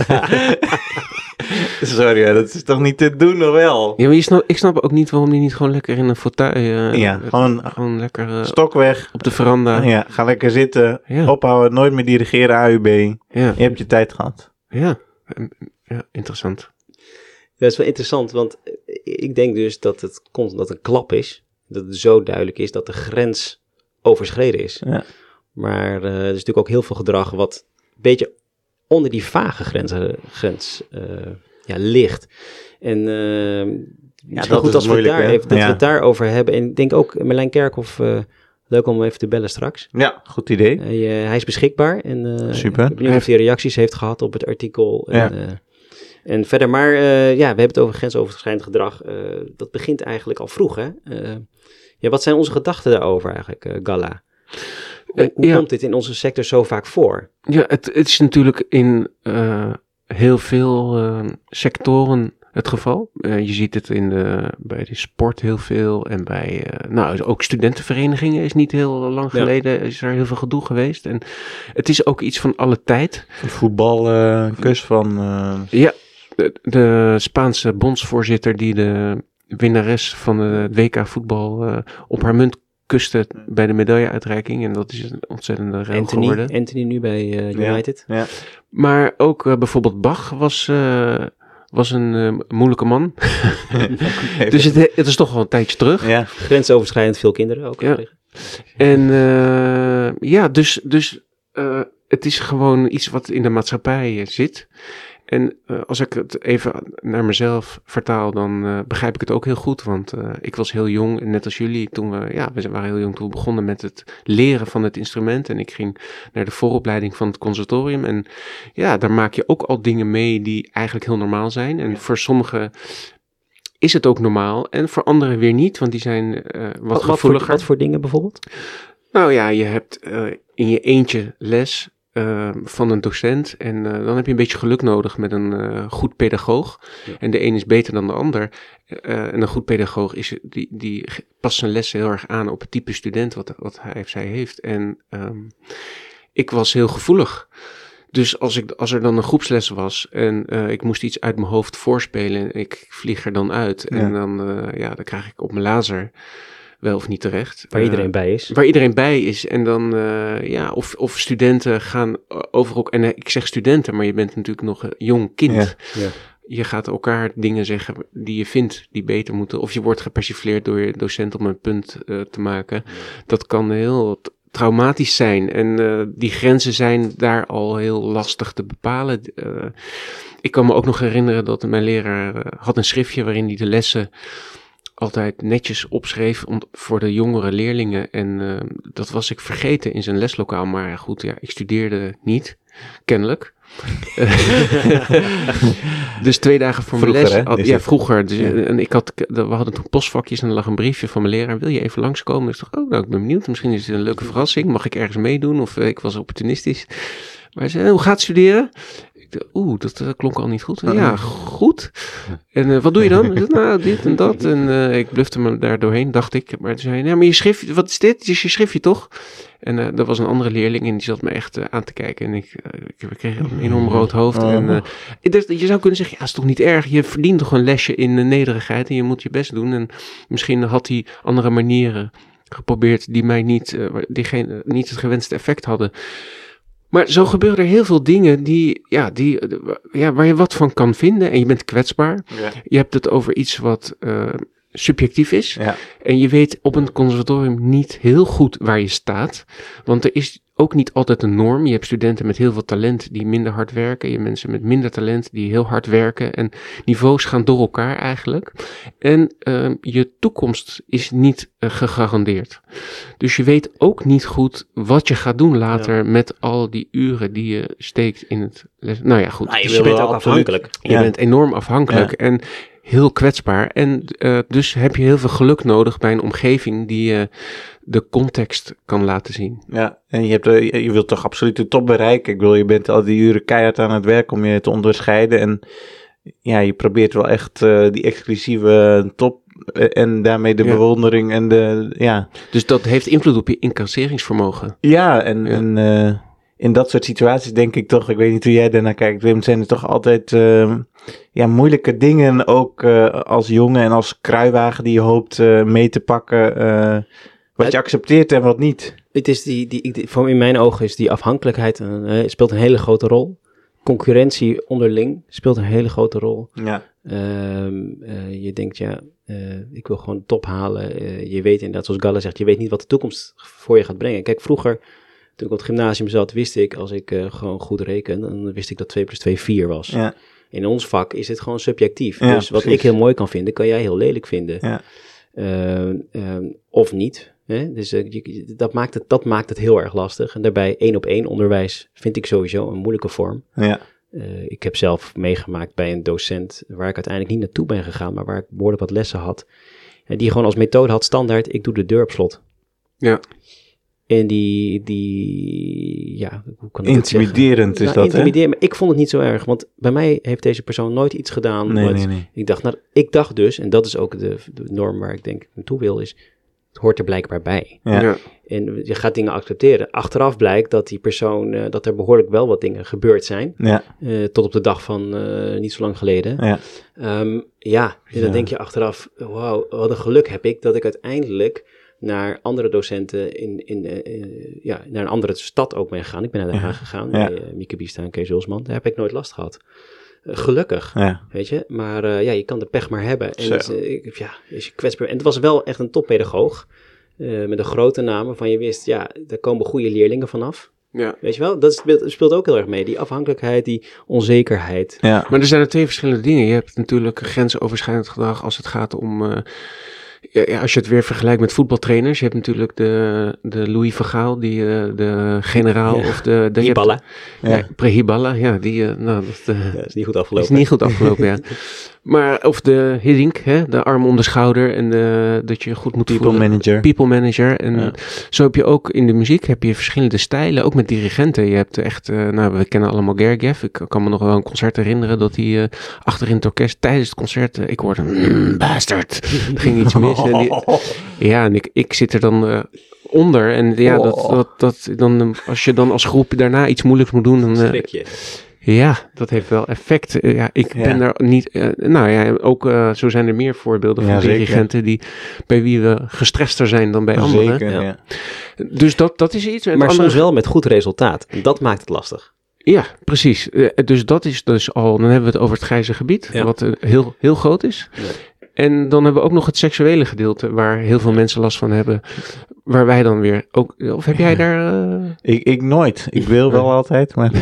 Sorry, ja, dat is toch niet te doen, of wel? Ja, maar je snap, ik snap ook niet waarom die niet gewoon lekker in een fauteuil... uh, Ja, gewoon gewoon lekker uh, stok weg. op de veranda. Ja, ga lekker zitten. Ja. Ophouden, nooit meer dirigeren A U B. Je Ja, hebt je tijd gehad. ja. Ja, interessant. Dat is wel interessant, want ik denk dus dat het komt dat een klap is. Dat het zo duidelijk is dat de grens overschreden is. Ja. Maar uh, er is natuurlijk ook heel veel gedrag wat een beetje onder die vage grens, uh, grens uh, ja, ligt. En uh, ja, dat goed is als we, het moeilijk, daar hè? even, dat Ja. we het daarover hebben. En ik denk ook Marlijn Kerkhoff, uh, leuk om hem even te bellen straks. Ja, goed idee. Hij, uh, hij is beschikbaar. En, uh, Super. Ik ben benieuwd of hij reacties heeft gehad op het artikel. En, Ja. uh, en verder, maar uh, ja, we hebben het over grensoverschrijdend gedrag. Uh, dat begint eigenlijk al vroeg, hè? Uh, ja, wat zijn onze gedachten daarover eigenlijk, uh, Galla? Hoe, hoe ja. komt dit in onze sector zo vaak voor? Ja, het, het is natuurlijk in uh, heel veel uh, sectoren het geval. Uh, je ziet het in de, bij de sport heel veel en bij, uh, nou, ook studentenverenigingen is niet heel lang Ja. geleden, is er heel veel gedoe geweest. En het is ook iets van alle tijd. Voetbal, uh, kus van... Uh... Ja, de, de Spaanse bondsvoorzitter die de winnares van het W K voetbal uh, op haar munt kuste bij de medailleuitreiking. En dat is een ontzettende rel Anthony, geworden. Anthony nu bij uh, United. Ja. Maar ook uh, bijvoorbeeld Bach was, uh, was een uh, moeilijke man. Dus het, het is toch wel een tijdje terug. Ja. Grensoverschrijdend veel kinderen ook. Ja. gekregen. En uh, ja, dus, dus uh, het is gewoon iets wat in de maatschappij uh, zit. En uh, als ik het even naar mezelf vertaal, dan uh, begrijp ik het ook heel goed. Want uh, ik was heel jong, net als jullie, toen we, ja, we waren heel jong toen we begonnen met het leren van het instrument. En ik ging naar de vooropleiding van het conservatorium. En ja, daar maak je ook al dingen mee die eigenlijk heel normaal zijn. En voor sommigen is het ook normaal en voor anderen weer niet, want die zijn uh, wat, wat gevoeliger. Voor, wat voor dingen bijvoorbeeld? Nou ja, je hebt uh, in je eentje les uh, van een docent en uh, dan heb je een beetje geluk nodig met een uh, goed pedagoog. Ja. En de een is beter dan de ander. Uh, en een goed pedagoog is, die, die past zijn lessen heel erg aan op het type student wat, wat hij of zij heeft. En um, ik was heel gevoelig. Dus als, ik, als er dan een groepsles was en uh, ik moest iets uit mijn hoofd voorspelen en ik vlieg er dan uit. Ja. En dan, uh, ja, dan krijg ik op mijn laser wel of niet terecht. Waar uh, iedereen bij is. Waar iedereen bij is. En dan, uh, ja, of, of studenten gaan over ook. En uh, ik zeg studenten, maar je bent natuurlijk nog een jong kind. Ja. Ja. Je gaat elkaar dingen zeggen die je vindt die beter moeten. Of je wordt gepersifleerd door je docent om een punt uh, te maken. Ja. Dat kan heel traumatisch zijn. En uh, die grenzen zijn daar al heel lastig te bepalen. Uh, ik kan me ook nog herinneren dat mijn leraar uh, had een schriftje waarin hij de lessen altijd netjes opschreef om, voor de jongere leerlingen. En uh, dat was ik vergeten in zijn leslokaal. Maar goed, ja, ik studeerde niet, kennelijk. Dus twee dagen voor vroeger, mijn les. Had, ja, het? vroeger. Dus, ja. En ik had, we hadden toen postvakjes en er lag een briefje van mijn leraar. Wil je even langskomen? Dus ik dacht, oh, nou, ik ben benieuwd. Misschien is het een leuke verrassing. Mag ik ergens meedoen? Of uh, ik was opportunistisch. Maar hij zei, hoe gaat het studeren? Oeh, dat uh, klonk al niet goed. Ja, goed. En uh, wat doe je dan? Ik zei, nou, dit en dat. En uh, ik blufte me daar doorheen, dacht ik. Maar toen zei hij, nou, maar je schrift, wat is dit? Het is je schriftje toch? En uh, er was een andere leerling en die zat me echt uh, aan te kijken. En ik, uh, ik kreeg een enorm rood hoofd. Oh. En, uh, je zou kunnen zeggen, ja, is toch niet erg? Je verdient toch een lesje in uh, nederigheid en je moet je best doen. En misschien had hij andere manieren geprobeerd die mij niet, uh, die geen, uh, niet het gewenste effect hadden. Maar zo gebeuren er heel veel dingen die, ja, die, ja, waar je wat van kan vinden. En je bent kwetsbaar. Ja. Je hebt het over iets wat uh, subjectief is. Ja. En je weet op een conservatorium niet heel goed waar je staat. Want er is ook niet altijd een norm. Je hebt studenten met heel veel talent die minder hard werken. Je hebt mensen met minder talent die heel hard werken. En niveaus gaan door elkaar eigenlijk. En uh, je toekomst is niet uh, gegarandeerd. Dus je weet ook niet goed wat je gaat doen later ja. met al die uren die je steekt in het les. Nou ja, goed. Nou, je, dus je bent ook afhankelijk. Je ja. bent enorm afhankelijk. Ja. En heel kwetsbaar. En uh, dus heb je heel veel geluk nodig bij een omgeving die je uh, de context kan laten zien. Ja, en je, hebt, uh, je wilt toch absoluut de top bereiken. Ik bedoel, je bent al die uren keihard aan het werk om je te onderscheiden. En ja, je probeert wel echt uh, die exclusieve top uh, en daarmee de ja. bewondering en de, ja. Dus dat heeft invloed op je incasseringsvermogen. Ja, en, ja. en uh, in dat soort situaties denk ik toch, ik weet niet hoe jij daarnaar kijkt, Wim, zijn er toch altijd uh, ja, moeilijke dingen, ook uh, als jongen en als kruiwagen die je hoopt uh, mee te pakken, uh, wat je accepteert en wat niet. Het is die, die, die, voor in mijn ogen is die afhankelijkheid uh, speelt een hele grote rol. Concurrentie onderling speelt een hele grote rol. Ja. Uh, uh, je denkt, ja, uh, ik wil gewoon de top halen. Uh, je weet inderdaad, zoals Galle zegt, je weet niet wat de toekomst voor je gaat brengen. Kijk, vroeger, toen ik op het gymnasium zat, wist ik, als ik uh, gewoon goed reken, dan wist ik dat twee plus twee vier was. Ja. In ons vak is het gewoon subjectief. Ja, dus wat precies. ik heel mooi kan vinden, kan jij heel lelijk vinden. Ja. Uh, uh, of niet. Hè? Dus uh, je, dat, maakt het, dat maakt het heel erg lastig. En daarbij één op één onderwijs vind ik sowieso een moeilijke vorm. Ja. Uh, ik heb zelf meegemaakt bij een docent waar ik uiteindelijk niet naartoe ben gegaan, maar waar ik behoorlijk wat lessen had. En die gewoon als methode had standaard, ik doe de deur op slot. Ja. En die, die, ja, hoe kan ik intimiderend het is nou, dat, intimiderend, hè? Maar ik vond het niet zo erg, want bij mij heeft deze persoon nooit iets gedaan. Nee, wat, nee, nee. Ik dacht, nou, ik dacht dus, en dat is ook de, de norm waar ik denk naartoe wil, is, het hoort er blijkbaar bij. Ja. Ja. En je gaat dingen accepteren. Achteraf blijkt dat die persoon, uh, dat er behoorlijk wel wat dingen gebeurd zijn. Ja. Uh, tot op de dag van uh, niet zo lang geleden. Ja, um, ja en dan ja. denk je achteraf, wauw, wat een geluk heb ik dat ik uiteindelijk naar andere docenten in, in uh, uh, ja, naar een andere stad ook ben gegaan. Ik ben naar Den Haag gegaan, ja. bij uh, Mieke Biesta en Kees Hulsman. Daar heb ik nooit last gehad. Uh, gelukkig, ja. weet je. Maar uh, ja, je kan de pech maar hebben. En dus, uh, ik, ja, is je kwetsbaar. En het was wel echt een toppedagoog. Uh, met een grote naam waarvan je wist, ja, daar komen goede leerlingen vanaf. Ja. Weet je wel? Dat speelt, speelt ook heel erg mee. Die afhankelijkheid, die onzekerheid. Ja. Maar er zijn er twee verschillende dingen. Je hebt natuurlijk grensoverschrijdend gedrag als het gaat om... Uh, ja, als je het weer vergelijkt met voetbaltrainers. Je hebt natuurlijk de, de Louis van Gaal, die, uh, de generaal Ja. of de... de Hiballa. Ja, ja Prehiballa, ja, die... Uh, nou, dat uh, ja, is niet goed afgelopen. Is niet goed afgelopen, ja. Maar, of de Hiddink, hè, de arm om de schouder en de, dat je goed moet People voelen. manager. People manager. En Ja. zo heb je ook in de muziek heb je verschillende stijlen, ook met dirigenten. Je hebt echt, uh, nou, we kennen allemaal Gergiev. Ik kan me nog wel een concert herinneren dat hij uh, achter in het orkest tijdens het concert, uh, ik hoorde een bastard. Er ging iets mis. En die, ja, en ik, ik zit er dan uh, onder. En ja, dat, dat, dat, dan, als je dan als groep daarna iets moeilijks moet doen, dan... Uh, Schrik je. Ja, dat heeft wel effect. Uh, ja, ik Ja. ben daar niet... Uh, nou ja, ook uh, zo zijn er meer voorbeelden van Ja, zeker. dirigenten die, bij wie we gestrester zijn dan bij anderen. Zeker, Ja. ja. Dus dat, dat is iets. En het Maar andere- soms wel met goed resultaat. En dat maakt het lastig. Ja, precies. Uh, dus dat is dus al... Dan hebben we het over het grijze gebied, Ja. wat uh, heel, heel groot is. Ja. En dan hebben we ook nog het seksuele gedeelte, waar heel veel mensen last van hebben. Waar wij dan weer ook... Of heb jij daar... Uh... Ik, ik nooit. Ik wil wel altijd, maar...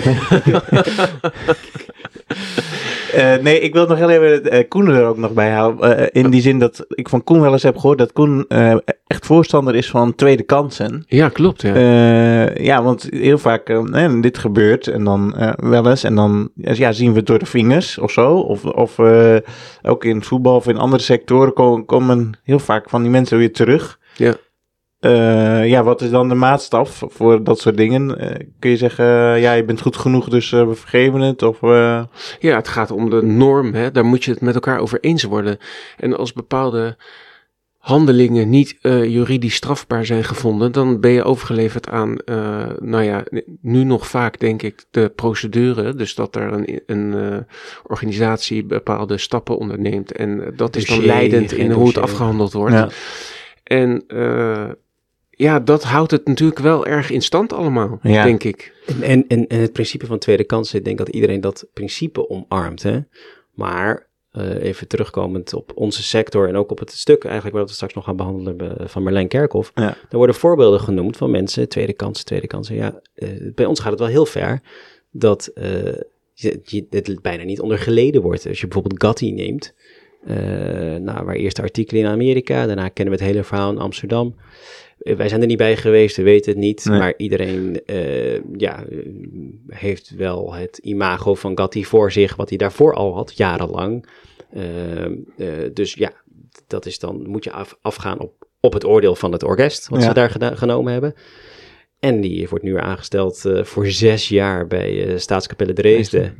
Uh, nee, ik wil nog heel even uh, Koen er ook nog bij houden. Uh, in die zin dat ik van Koen wel eens heb gehoord dat Koen uh, echt voorstander is van tweede kansen. Ja, klopt. Ja. Uh, ja, want heel vaak, uh, nee, dit gebeurt en dan uh, wel eens en dan ja, zien we het door de vingers of zo. Of, of uh, ook in voetbal of in andere sectoren komen, komen heel vaak van die mensen weer terug. Ja. Uh, ja, wat is dan de maatstaf voor dat soort dingen? Uh, kun je zeggen, uh, ja, je bent goed genoeg, dus uh, we vergeven het? Of, uh... Ja, het gaat om de norm. Hè? Daar moet je het met elkaar over eens worden. En als bepaalde handelingen niet uh, juridisch strafbaar zijn gevonden, dan ben je overgeleverd aan, uh, nou ja, nu nog vaak denk ik de procedure. Dus dat er een, een uh, organisatie bepaalde stappen onderneemt. En uh, dat is dan Dossier, leidend in geen hoe het dossier. afgehandeld wordt. Ja. En uh, ja, dat houdt het natuurlijk wel erg in stand allemaal, Ja. denk ik. En, en, en, en het principe van tweede kansen, ik denk dat iedereen dat principe omarmt. Hè? Maar uh, even terugkomend op onze sector en ook op het stuk eigenlijk wat we straks nog gaan behandelen uh, van Marlijn Kerkhoff. Ja. Daar worden voorbeelden genoemd van mensen, tweede kansen, tweede kansen. Ja, uh, bij ons gaat het wel heel ver dat uh, je, je, het bijna niet onder geleden wordt. Als je bijvoorbeeld Gatti neemt, uh, nou, waar eerst artikelen in Amerika, daarna kennen we het hele verhaal in Amsterdam. Wij zijn er niet bij geweest, we weten het niet, Nee. maar iedereen uh, ja, uh, heeft wel het imago van Gatti voor zich, wat hij daarvoor al had, jarenlang. Uh, uh, dus ja, dat is dan, moet je af, afgaan op, op het oordeel van het orkest, wat Ja. ze daar geda- genomen hebben. En die wordt nu aangesteld uh, voor zes jaar bij uh, Staatskapelle Dresden.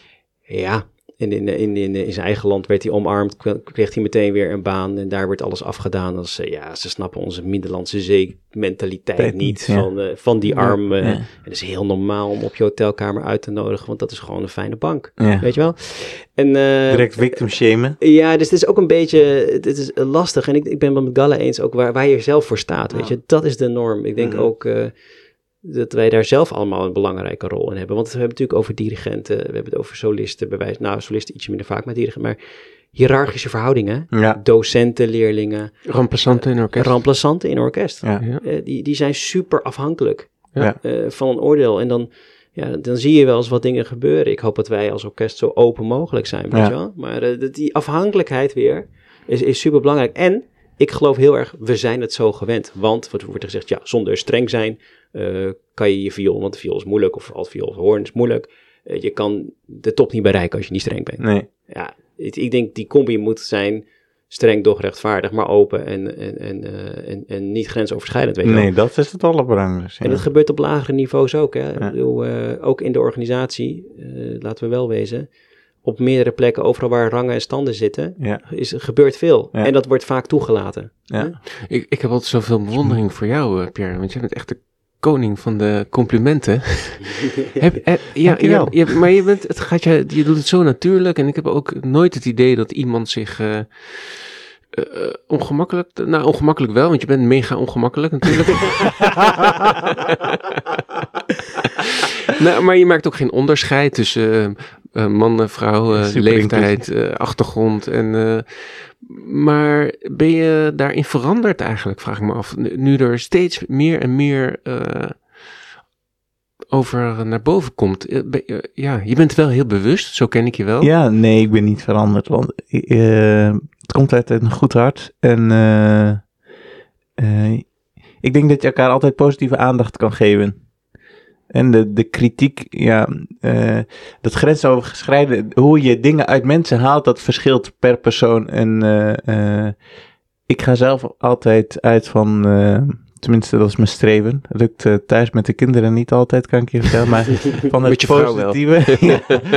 Ja, in, in, in, in, in zijn eigen land werd hij omarmd, kreeg hij meteen weer een baan en daar werd alles afgedaan. Als, uh, ja, ze snappen onze Middellandse Zee-mentaliteit Tijd niet niet, ja. van, uh, van die arm. Uh, Ja. En het is heel normaal om op je hotelkamer uit te nodigen, want dat is gewoon een fijne bank. Ja. Weet je wel? En, uh, Direct victim shamen. ja, dus het is ook een beetje, het is lastig. En ik, ik ben het met Galla eens ook waar, waar je zelf voor staat. Weet je, dat is de norm. Ik denk Mhm. ook uh, dat wij daar zelf allemaal een belangrijke rol in hebben. Want we hebben het natuurlijk over dirigenten, we hebben het over solisten, bewijs. Nou, solisten ietsje minder vaak met dirigenten, maar hiërarchische verhoudingen. Ja. Docenten, leerlingen, Remplaçanten in orkest. remplaçanten in orkest. Ja. Ja. Uh, die, die zijn super afhankelijk Ja. uh, van een oordeel. En dan, ja, dan zie je wel eens wat dingen gebeuren. Ik hoop dat wij als orkest zo open mogelijk zijn, weet Ja. je wel. Maar uh, dat- die afhankelijkheid weer is, is super belangrijk. En ik geloof heel erg, we zijn het zo gewend. Want, wat wordt er gezegd, ja, zonder streng zijn uh, kan je je viool, want de viool is moeilijk, of altviool of hoorn is moeilijk. Uh, je kan de top niet bereiken als je niet streng bent. Nee. Ja, ik, ik denk die combi moet zijn streng, doch rechtvaardig, maar open en, en, en, uh, en, en niet grensoverschrijdend, weet je wel. Nee, dat is het allerbelangrijkste. En dat Ja. gebeurt op lagere niveaus ook. Hè? Ja. Ik bedoel, uh, ook in de organisatie, uh, laten we wel wezen, op meerdere plekken, overal waar rangen en standen zitten, Ja. is, gebeurt veel. Ja. En dat wordt vaak toegelaten. Ja. Ik, ik heb altijd zoveel bewondering voor jou, uh, Pierre, want jij bent echt de koning van de complimenten. heb, heb, ja, Dankjewel. je, je, maar je, bent, het gaat, je, je doet het zo natuurlijk en ik heb ook nooit het idee dat iemand zich... Uh, Uh, ongemakkelijk, nou ongemakkelijk wel, want je bent mega ongemakkelijk natuurlijk. nou, maar je maakt ook geen onderscheid tussen uh, uh, man, vrouw, uh, Super leeftijd, uh, achtergrond. En, uh, maar ben je daarin veranderd eigenlijk, vraag ik me af. Nu er steeds meer en meer uh, over naar boven komt. Eh, be- eh, ja, je bent wel heel bewust, zo ken ik je wel. Ja, nee, ik ben niet veranderd. Want uh, het komt uit een goed hart. En uh, uh, ik denk dat je elkaar altijd positieve aandacht kan geven. En de, de kritiek, ja, uh, dat grensoverschrijden, hoe je dingen uit mensen haalt, dat verschilt per persoon. En uh, uh, ik ga zelf altijd uit van, uh, tenminste dat is mijn streven. Dat lukt uh, thuis met de kinderen niet altijd, kan ik je vertellen. Maar van het Met je vrouw wel. positieve. Ja.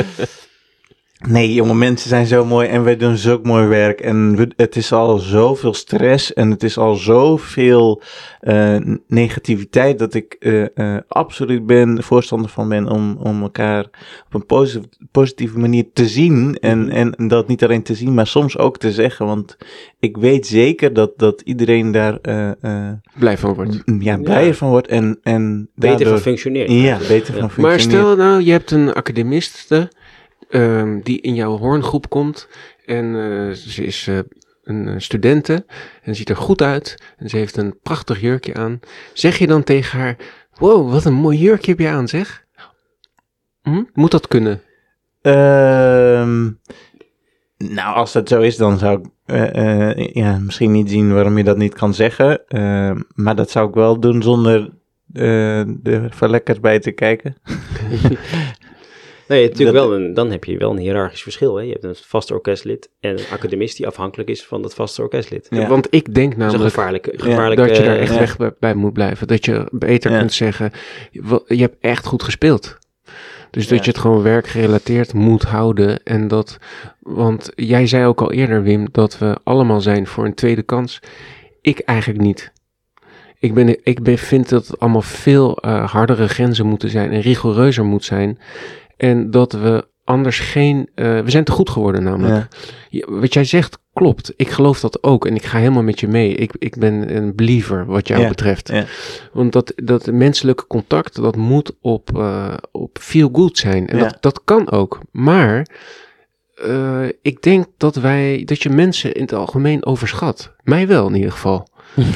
Nee, jonge mensen zijn zo mooi en wij doen zulk mooi werk. En we, het is al zoveel stress en het is al zoveel uh, negativiteit dat ik uh, uh, absoluut ben, voorstander van ben om, om elkaar op een positieve, positieve manier te zien. En, en, en dat niet alleen te zien, maar soms ook te zeggen. Want ik weet zeker dat, dat iedereen daar uh, uh, blij van wordt. Ja, blijer ja. van wordt. En, en beter daardoor, van functioneert. Ja, beter ja. van functioneert. Maar stel nou, je hebt een academiste Um, die in jouw hoorngroep komt en uh, ze is uh, een studente en ziet er goed uit en ze heeft een prachtig jurkje aan. Zeg je dan tegen haar, wow, wat een mooi jurkje heb je aan, zeg? Hm? Moet dat kunnen? Uh, nou, als dat zo is, dan zou ik uh, uh, ja, misschien niet zien waarom je dat niet kan zeggen. Uh, maar dat zou ik wel doen zonder uh, er verlekkerd bij te kijken. Nee, natuurlijk dat, wel een, dan heb je wel een hiërarchisch verschil. Hè? Je hebt een vast orkestlid en een academist die afhankelijk is van dat vaste orkestlid. Ja. Want ik denk namelijk dat, gevaarlijke, gevaarlijke, ja, dat je daar echt ja. weg bij, bij moet blijven. Dat je beter ja. kunt zeggen, je hebt echt goed gespeeld. Dus dat ja. je het gewoon werkgerelateerd moet houden. En dat, want jij zei ook al eerder, Wim, dat we allemaal zijn voor een tweede kans. Ik eigenlijk niet. Ik, ben, ik ben, vind dat het allemaal veel uh, hardere grenzen moeten zijn en rigoureuzer moet zijn. En dat we anders geen... Uh, we zijn te goed geworden namelijk. Ja. Wat jij zegt klopt. Ik geloof dat ook. En ik ga helemaal met je mee. Ik, ik ben een believer wat jou ja. betreft. Ja. Want dat, dat menselijke contact, dat moet op, uh, op feel good zijn. En ja. dat, dat kan ook. Maar uh, ik denk dat wij... dat je mensen in het algemeen overschat. Mij wel in ieder geval.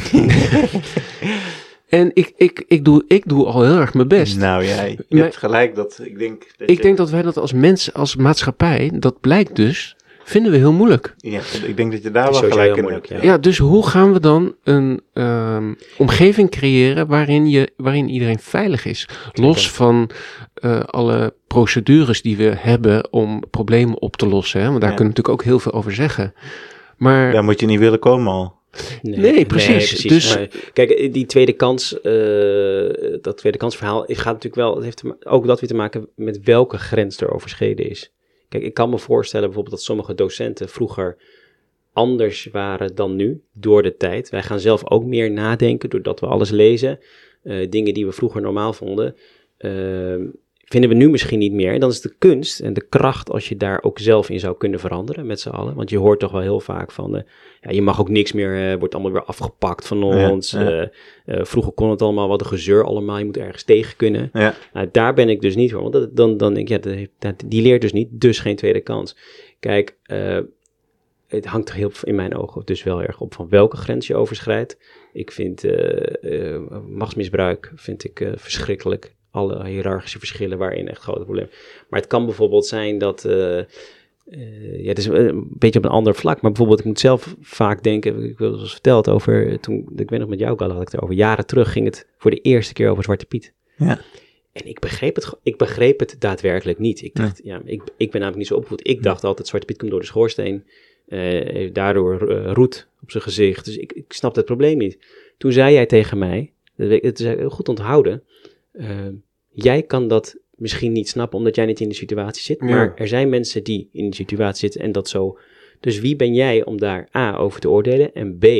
En ik, ik, ik, doe, ik doe al heel erg mijn best. Nou ja, je maar, hebt gelijk. Dat, ik denk dat, ik je... denk dat wij dat als mensen, als maatschappij, dat blijkt dus, vinden we heel moeilijk. Ja, ik denk dat je daar wel gelijk in hebt. Ja. ja, dus hoe gaan we dan een um, omgeving creëren waarin, je, waarin iedereen veilig is? Los van uh, alle procedures die we hebben om problemen op te lossen. Hè? Want daar ja. kunnen we natuurlijk ook heel veel over zeggen. Maar daar moet je niet willen komen al. Nee, nee, precies. Nee, precies. Dus, maar, kijk, die tweede kans, uh, dat tweede kansverhaal, gaat natuurlijk wel, het heeft te, ook dat weer te maken met welke grens er overschreden is. Kijk, ik kan me voorstellen bijvoorbeeld dat sommige docenten vroeger anders waren dan nu, door de tijd. Wij gaan zelf ook meer nadenken, doordat we alles lezen. Uh, dingen die we vroeger normaal vonden, uh, vinden we nu misschien niet meer. En dan is de kunst en de kracht als je daar ook zelf in zou kunnen veranderen met z'n allen. Want je hoort toch wel heel vaak van, uh, ja, je mag ook niks meer, uh, wordt allemaal weer afgepakt van ons. Ja, ja. Uh, uh, vroeger kon het allemaal, wat een gezeur allemaal, je moet ergens tegen kunnen. Ja. Nou, daar ben ik dus niet voor, want dat, dan, dan denk ik, ja, dat, die leert dus niet, dus geen tweede kans. Kijk, uh, het hangt er heel in mijn ogen dus wel erg op van welke grens je overschrijdt. Ik vind uh, uh, machtsmisbruik vind ik uh, verschrikkelijk. Alle hiërarchische verschillen waarin echt grote problemen. Maar het kan bijvoorbeeld zijn dat... Uh, uh, ja, het is een beetje op een ander vlak. Maar bijvoorbeeld, ik moet zelf vaak denken... Ik heb het eens verteld over... Toen, ik weet nog met jou, Gala, had ik het erover. Jaren terug ging het voor de eerste keer over Zwarte Piet. Ja. En ik begreep het, ik begreep het daadwerkelijk niet. Ik dacht, ja, ja ik, ik ben namelijk niet zo opgevoed. Ik dacht altijd, Zwarte Piet komt door de schoorsteen. Uh, heeft daardoor uh, roet op zijn gezicht. Dus ik, ik snapte het probleem niet. Toen zei jij tegen mij... Het is heel goed onthouden... Uh, jij kan dat misschien niet snappen omdat jij niet in de situatie zit, ja. maar er zijn mensen die in die situatie zitten en dat zo. Dus wie ben jij om daar A, over te oordelen en B,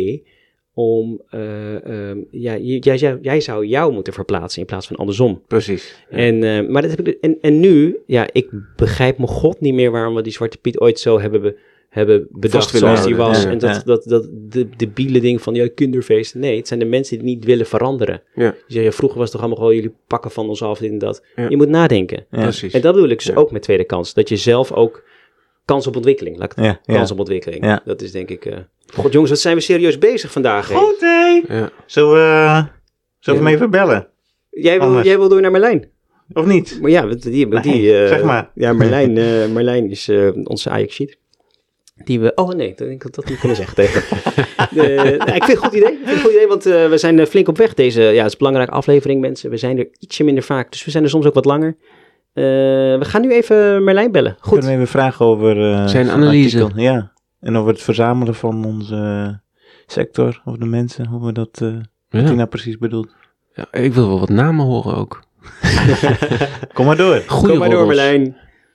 om, uh, uh, ja, jij, jij, jij zou jou moeten verplaatsen in plaats van andersom. Precies. Ja. En, uh, maar dat heb ik, en, en nu, ja, ik begrijp me god niet meer waarom we die Zwarte Piet ooit zo hebben be, hebben bedacht zoals die was. Ja, en dat, ja. dat, dat, dat de debiele ding van, ja, kinderfeest. Nee, het zijn de mensen die niet willen veranderen. Ja. Die zeggen, ja, vroeger was het toch allemaal gewoon, jullie pakken van ons af, dit en dat. Ja. Je moet nadenken. Ja. Precies. En dat bedoel ik dus ja. ook met tweede kans. Dat je zelf ook kans op ontwikkeling, laat ik ja. kans ja. op ontwikkeling. Ja. Dat is denk ik... Uh... God jongens, wat zijn we serieus bezig vandaag. Goed, hé! Ja. Zullen we, zullen we ja. hem even bellen? Jij wil, jij wil door naar Merlijn? Of niet? Maar ja, die, die, Nee, die uh, zeg maar. Ja, Marlijn, uh, Marlijn is uh, onze Ajax-sheet. Die we... Oh nee, ik had dat niet kunnen zeggen tegen. de, nee, ik vind het een goed idee. Ik vind het een goed idee, want uh, we zijn uh, flink op weg. Deze, ja, het is een belangrijke aflevering, mensen. We zijn er ietsje minder vaak, dus we zijn er soms ook wat langer. Uh, we gaan nu even Marlijn bellen. Goed. Kunnen we even vragen over... Uh, zijn analyse. Artikel. Ja, en over het verzamelen van onze uh, sector, of de mensen, hoe we dat... Uh, wat hij nou precies bedoelt. Ja, ik wil wel wat namen horen ook. Kom maar door. Goeie Kom maar door, Marlijn.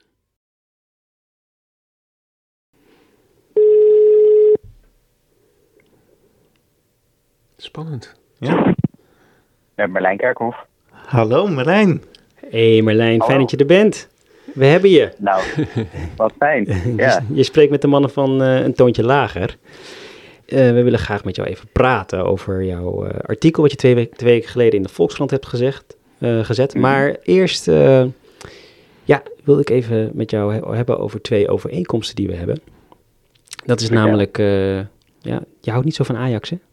Spannend. Ja. Ja, Marlijn Kerkhoff. Hallo Marlijn. Hey Marlijn, Hallo. Fijn dat je er bent. We hebben je. Nou, wat fijn. Ja. Je spreekt met de mannen van uh, Een Toontje Lager. Uh, we willen graag met jou even praten over jouw uh, artikel... wat je twee, we- twee weken geleden in de Volkskrant hebt gezegd, uh, gezet. Mm-hmm. Maar eerst uh, ja, wil ik even met jou he- hebben over twee overeenkomsten die we hebben. Dat is Vertel. namelijk... Uh, ja, je houdt niet zo van Ajax, hè?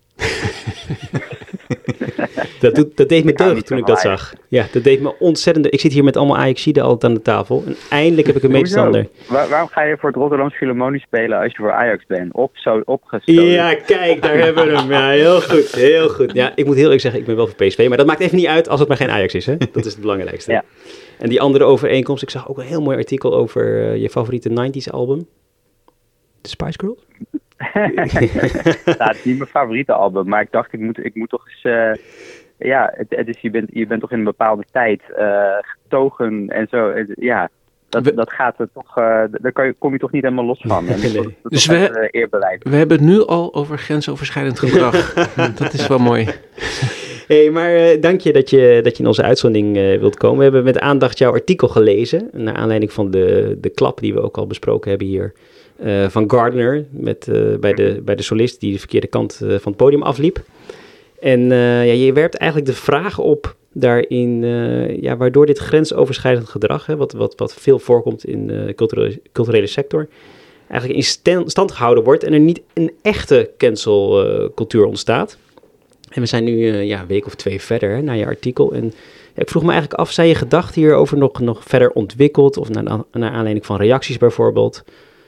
dat, doet, dat deed me Ik hou deugd niet toen zo ik dat van zag. Ja, dat deed me ontzettend deugd. Ik zit hier met allemaal Ajaxiden altijd aan de tafel. En eindelijk heb ik een medestander. Waar, waarom ga je voor het Rotterdamse Philharmonie spelen als je voor Ajax bent? Op, zo opgestoten. Ja, kijk, daar hebben we hem. Ja, heel goed, heel goed. Ja, ik moet heel eerlijk zeggen, ik ben wel voor P S V. Maar dat maakt even niet uit als het maar geen Ajax is, hè? Dat is het belangrijkste. Ja. En die andere overeenkomst, ik zag ook een heel mooi artikel over uh, je favoriete nineties album. The Spice Girls? Nou, het is niet mijn favoriete album, maar ik dacht, ik moet, ik moet toch eens... Uh, ja, het, het is, je, bent, je bent toch in een bepaalde tijd uh, getogen en zo. Het, ja, dat, We- dat gaat er toch... Uh, daar kan je, kom je toch niet helemaal los van. En Nee. dat, dat Dus is we- uh, eerbeleid. We hebben het nu al over grensoverschrijdend gedrag. Dat is wel mooi. Hé, hey, maar uh, dank je dat, je dat je in onze uitzending uh, wilt komen. We hebben met aandacht jouw artikel gelezen. Naar aanleiding van de, de klap die we ook al besproken hebben hier. Uh, van Gardner, met, uh, bij, de, bij de solist die de verkeerde kant uh, van het podium afliep. En uh, ja, je werpt eigenlijk de vraag op daarin, uh, ja, waardoor dit grensoverschrijdend gedrag, hè, wat, wat, wat veel voorkomt in de uh, culturele, culturele sector, eigenlijk in stand, stand gehouden wordt en er niet een echte cancelcultuur uh, ontstaat. En we zijn nu uh, ja, een week of twee verder hè, naar je artikel. En ja, ik vroeg me eigenlijk af, zijn je gedachten hierover nog, nog verder ontwikkeld? Of naar, naar aanleiding van reacties bijvoorbeeld?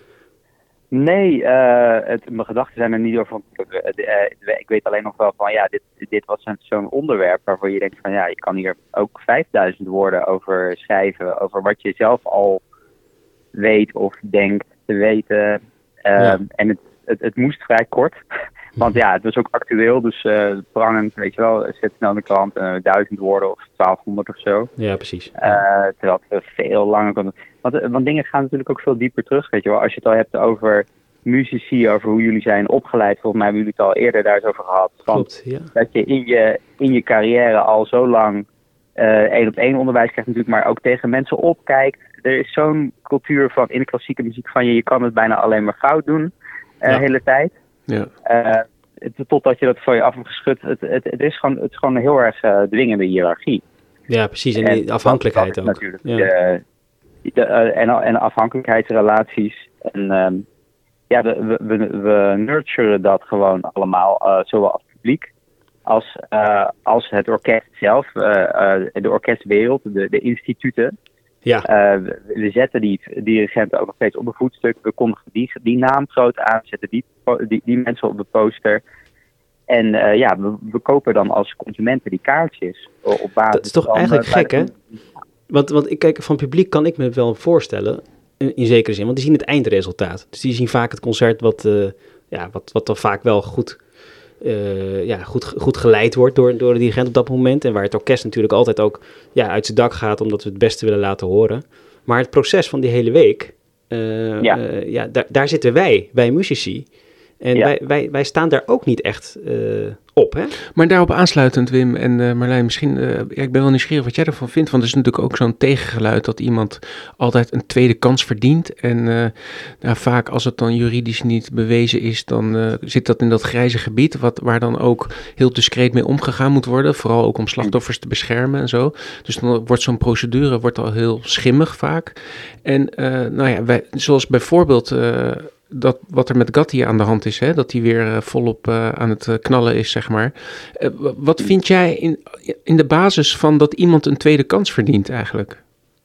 Nee, uh, het, mijn gedachten zijn er niet over. Uh, uh, ik weet alleen nog wel van, ja, dit, dit was een, zo'n onderwerp waarvoor je denkt van, ja, je kan hier ook vijfduizend woorden over schrijven. Over wat je zelf al weet of denkt te weten. Uh, Ja. En het, het, het moest vrij kort. Want ja, het was ook actueel, dus uh, prangend, weet je wel, zet snel in de krant, uh, duizend woorden of twaalfhonderd of zo. Ja, precies. Uh, terwijl het veel langer kon. Want, want dingen gaan natuurlijk ook veel dieper terug, weet je wel. Als je het al hebt over muzici, over hoe jullie zijn opgeleid, volgens mij hebben jullie het al eerder daar eens over gehad. Van Klopt, ja. dat je in je, in je carrière al zo lang één op één onderwijs krijgt natuurlijk, maar ook tegen mensen opkijkt. Er is zo'n cultuur van in de klassieke muziek van je, je kan het bijna alleen maar fout doen de uh, Ja. hele tijd. Ja. Uh, het, totdat je dat van je af hebt geschud. Het, het, het, is, gewoon, het is gewoon een heel erg uh, dwingende hiërarchie. Ja, precies. En, En die afhankelijkheid dat is ook. natuurlijk Ja. de, de, uh, en, en afhankelijkheidsrelaties. En um, ja, we, we, we nurturen dat gewoon allemaal, uh, zowel als publiek als, uh, als het orkest zelf, uh, uh, de orkestwereld, de, de instituten. Ja. Uh, we, we zetten die dirigenten ook nog steeds op een voetstuk. We kondigen die, die naam groot aan, zetten die, die, die mensen op de poster. En uh, ja, we, we kopen dan als consumenten die kaartjes op basis. Dat is toch van, eigenlijk uh, gek, hè? Want, want ik kijk, van publiek kan ik me wel voorstellen, in, in zekere zin, want die zien het eindresultaat. Dus die zien vaak het concert wat, uh, ja, wat, wat dan vaak wel goed, uh, ja, goed, goed geleid wordt door, door de dirigent op dat moment. En waar het orkest natuurlijk altijd ook ja, uit zijn dak gaat, omdat we het beste willen laten horen. Maar het proces van die hele week, uh, Ja. uh, ja, daar, daar zitten wij, wij muzici. En Ja. wij, wij, wij staan daar ook niet echt uh, op, hè? Maar daarop aansluitend, Wim en uh, Marlijn, misschien, uh, ja, ik ben wel nieuwsgierig wat jij ervan vindt, want er is natuurlijk ook zo'n tegengeluid dat iemand altijd een tweede kans verdient. En uh, nou, vaak als het dan juridisch niet bewezen is, dan uh, zit dat in dat grijze gebied, wat, waar dan ook heel discreet mee omgegaan moet worden, vooral ook om slachtoffers te beschermen en zo. Dus dan wordt zo'n procedure wordt al heel schimmig vaak. En uh, nou ja, wij, zoals bijvoorbeeld... Uh, dat wat er met Gatti aan de hand is, hè? Dat hij weer uh, volop uh, aan het uh, knallen is, zeg maar. Uh, wat vind jij in, in de basis van dat iemand een tweede kans verdient eigenlijk?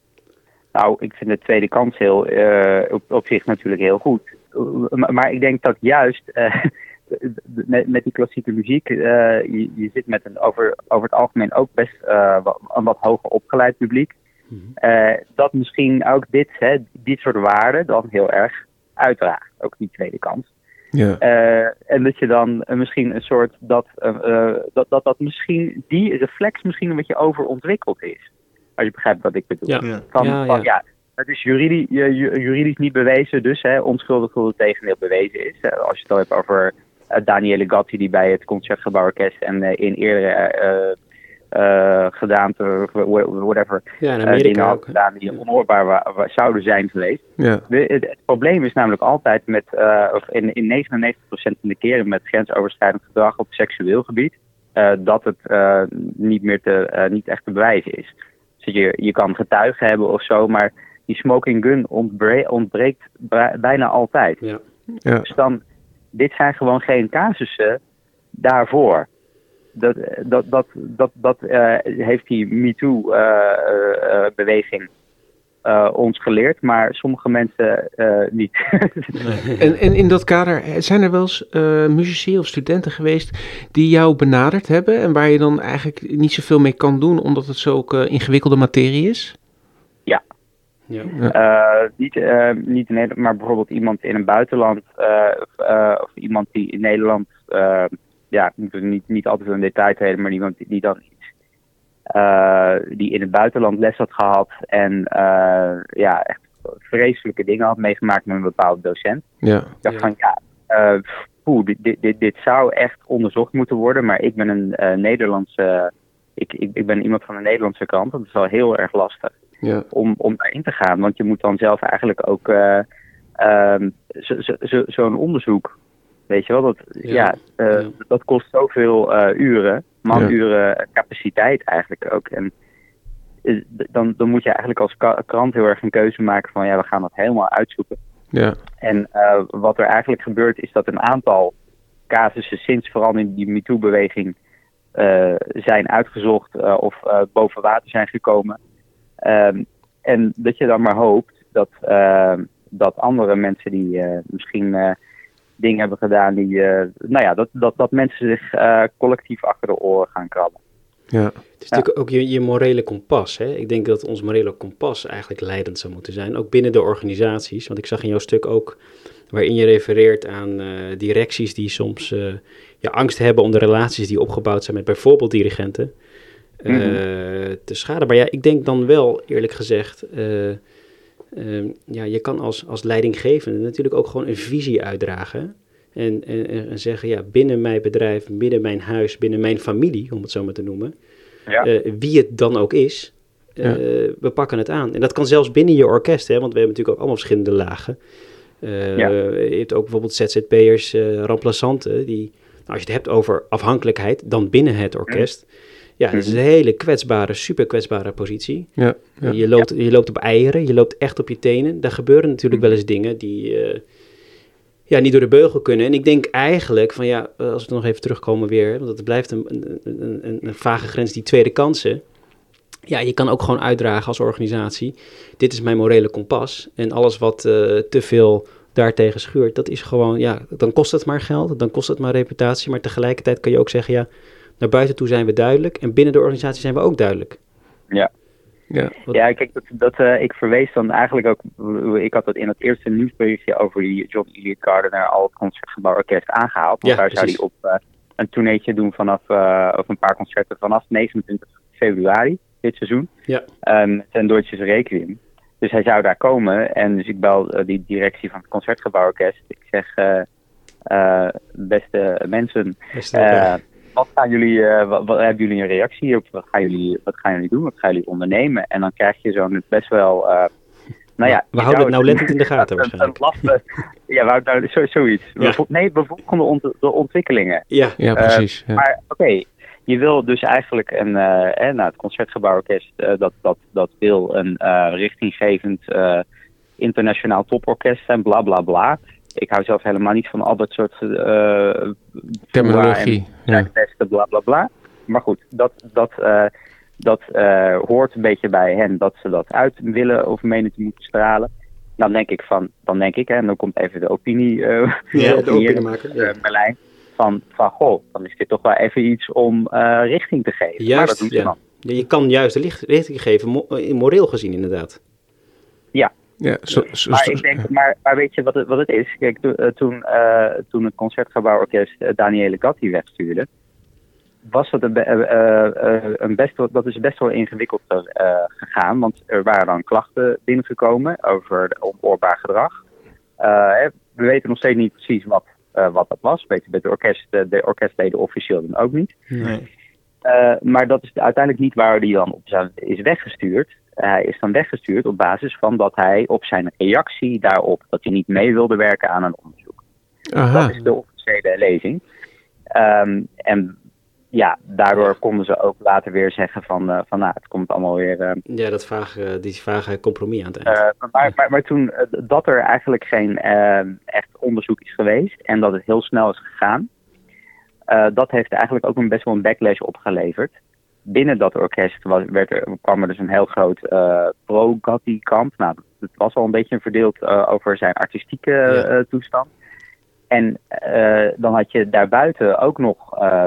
Nou, ik vind de tweede kans heel, uh, op, op zich natuurlijk heel goed. Uh, maar, maar ik denk dat juist uh, met, met die klassieke muziek, uh, je, je zit met een over, over het algemeen ook best uh, wat, een wat hoger opgeleid publiek. Uh, dat misschien ook dit, hè, dit soort waarden dan heel erg uitdraagt. Ook die tweede kans. Ja. Uh, en dat je dan uh, misschien een soort, dat, uh, dat, dat dat misschien, die reflex misschien een beetje overontwikkeld is. Als je begrijpt wat ik bedoel. Ja. Ja. Van, Ja, van, ja. ja, het is juridisch, juridisch niet bewezen, dus hè, onschuldig tot het tegendeel bewezen is. Uh, als je het al hebt over uh, Daniele Gatti, die bij het Concertgebouworkest en uh, in eerdere uh, uh, gedaante, whatever, Ja, in uh, Amerika dingen had ook. gedaan die onhoorbaar wa- wa- zouden zijn geweest. Ja. De, het, het probleem is namelijk altijd met, uh, of in, in negenennegentig procent van de keren met grensoverschrijdend gedrag op seksueel gebied, uh, dat het uh, niet meer te, uh, niet echt te bewijzen is. Dus je, je kan getuigen hebben of zo, maar die smoking gun ontbre- ontbreekt b- bijna altijd. Ja. Ja. Dus dan, dit zijn gewoon geen casussen daarvoor. Dat, dat, dat, dat, dat uh, heeft die MeToo-beweging uh, uh, uh, ons geleerd, maar sommige mensen uh, niet. En, en in dat kader, zijn er wel eens uh, muzici of studenten geweest die jou benaderd hebben en waar je dan eigenlijk niet zoveel mee kan doen, omdat het zulke uh, ingewikkelde materie is? Ja. Ja. Uh, niet, uh, niet in Nederland, maar bijvoorbeeld iemand in een buitenland uh, of, uh, of iemand die in Nederland, uh, ja, ik moet er niet, niet altijd in detail treden, maar iemand die, die dan iets, uh, die in het buitenland les had gehad en uh, ja, echt vreselijke dingen had meegemaakt met een bepaalde docent. Ja. Ik dacht Ja. van ja, uh, poeh, dit, dit, dit, dit zou echt onderzocht moeten worden, maar ik ben een uh, Nederlandse, ik, ik, ik ben iemand van een Nederlandse kant, dat is wel heel erg lastig. Ja. Om, om daarin te gaan. Want je moet dan zelf eigenlijk ook uh, um, zo, zo, zo, zo'n onderzoek, weet je wel, dat, Ja. ja, uh, Ja. dat kost zoveel uh, uren, manuren, Ja. capaciteit eigenlijk ook. En uh, dan, dan moet je eigenlijk als ka- krant heel erg een keuze maken van ja, we gaan dat helemaal uitzoeken. Ja. En uh, wat er eigenlijk gebeurt is dat een aantal casussen sinds vooral in die MeToo-beweging uh, zijn uitgezocht uh, of uh, boven water zijn gekomen. Um, en dat je dan maar hoopt dat, uh, dat andere mensen die uh, misschien uh, dingen hebben gedaan, die, uh, nou ja, dat, dat, dat mensen zich uh, collectief achter de oren gaan krabben. Ja. Het is natuurlijk ook je, je morele kompas. Hè? Ik denk dat ons morele kompas eigenlijk leidend zou moeten zijn. Ook binnen de organisaties. Want ik zag in jouw stuk ook waarin je refereert aan uh, directies die soms uh, ja, angst hebben om de relaties die opgebouwd zijn met bijvoorbeeld dirigenten uh, mm-hmm. te schaden. Maar ja, ik denk dan wel, eerlijk gezegd, uh, uh, ja, je kan als, als leidinggevende natuurlijk ook gewoon een visie uitdragen. En, en, en zeggen, ja, binnen mijn bedrijf, binnen mijn huis, binnen mijn familie, om het zo maar te noemen, Ja. uh, wie het dan ook is, uh, ja. we pakken het aan. En dat kan zelfs binnen je orkest, hè, want we hebben natuurlijk ook allemaal verschillende lagen. Uh, ja. Je hebt ook bijvoorbeeld Z Z P'ers, uh, remplaçanten, die, nou, als je het hebt over afhankelijkheid, dan binnen het orkest. Mm. Ja, dat is een hele kwetsbare, super kwetsbare positie. Ja, ja. Je, loopt, je loopt op eieren, je loopt echt op je tenen. Daar gebeuren natuurlijk wel eens dingen die uh, ja, niet door de beugel kunnen. En ik denk eigenlijk van ja, als we nog even terugkomen weer, want het blijft een, een, een, een vage grens, die tweede kansen. Ja, je kan ook gewoon uitdragen als organisatie. Dit is mijn morele kompas. En alles wat uh, te veel daartegen schuurt, dat is gewoon, ja, dan kost het maar geld, dan kost het maar reputatie. Maar tegelijkertijd kan je ook zeggen, ja, naar buiten toe zijn we duidelijk. En binnen de organisatie zijn we ook duidelijk. Ja. Ja, wat... ja kijk, dat, dat, uh, ik verwees dan eigenlijk ook, ik had dat in het eerste nieuwsberichtje over die John Elliott Gardiner al het Concertgebouworkest aangehaald. Want ja, daar precies. zou hij op uh, een tourneetje doen vanaf, uh, of een paar concerten vanaf negenentwintig februari dit seizoen. Ja. Um, ten Deutsches Requiem. Dus hij zou daar komen en dus ik bel uh, die directie van het Concertgebouworkest. Ik zeg, uh, uh, beste mensen, beste uh, wat gaan jullie, uh, wat, wat hebben jullie een reactie op? Wat gaan jullie, wat gaan jullie doen? Wat gaan jullie ondernemen? En dan krijg je zo'n best wel, uh, nou ja. We houden het nou lettend in de gaten waarschijnlijk. Een, een ja, we houden nou zo, zoiets. Ja. We, nee, we volgen de, ont, de ontwikkelingen. Ja, ja precies. Uh, ja. Maar oké. Okay. Je wil dus eigenlijk een, uh, eh, nou, het Concertgebouworkest, uh, dat, dat, dat wil een uh, richtinggevend uh, internationaal toporkest zijn, bla bla bla. ik hou zelf helemaal niet van al dat soort uh, terminologie. Ja. Testen, bla bla bla. Maar goed, dat, dat, uh, dat uh, hoort een beetje bij hen dat ze dat uit willen of menen te moeten stralen. Dan denk ik van, dan denk ik, hè, en dan komt even de opinie, uh, ja, de de opiniemaker, uh, Merlijn, van, van goh, dan is dit toch wel even iets om uh, richting te geven. Juist, maar dat doen ze ja. dan. Ja, je kan juist de licht, richting geven, mo- moreel gezien inderdaad. Ja. Ja, zo, zo, maar zo, ik denk, maar, maar weet je wat het, wat het is? Kijk, to, uh, toen, uh, toen het Concertgebouworkest uh, Daniele Gatti wegstuurde, was dat een, be- uh, uh, een best wel, dat is best wel ingewikkeld uh, gegaan, want er waren dan klachten binnengekomen over onoorbaar gedrag. Uh, we weten nog steeds niet precies wat, uh, wat dat was. Weet je, de, orkest, de orkestleden officieel dan ook niet. Nee. Uh, maar dat is uiteindelijk niet waar hij dan op zijn, is weggestuurd. Hij is dan weggestuurd op basis van dat hij op zijn reactie daarop, dat hij niet mee wilde werken aan een onderzoek. aha. Dat is de officiële lezing. Um, en ja, daardoor konden ze ook later weer zeggen van, uh, van nou, het komt allemaal weer... Uh, Ja, dat vage, die vage compromis aan het eind. uh, maar, maar, maar toen uh, dat er eigenlijk geen uh, echt onderzoek is geweest en dat het heel snel is gegaan, uh, dat heeft eigenlijk ook een best wel een backlash opgeleverd. Binnen dat orkest was, werd er, kwam er dus een heel groot uh, pro-Gatti-kamp. Nou, het was al een beetje verdeeld uh, over zijn artistieke Ja. uh, toestand. En uh, dan had je daarbuiten ook nog uh,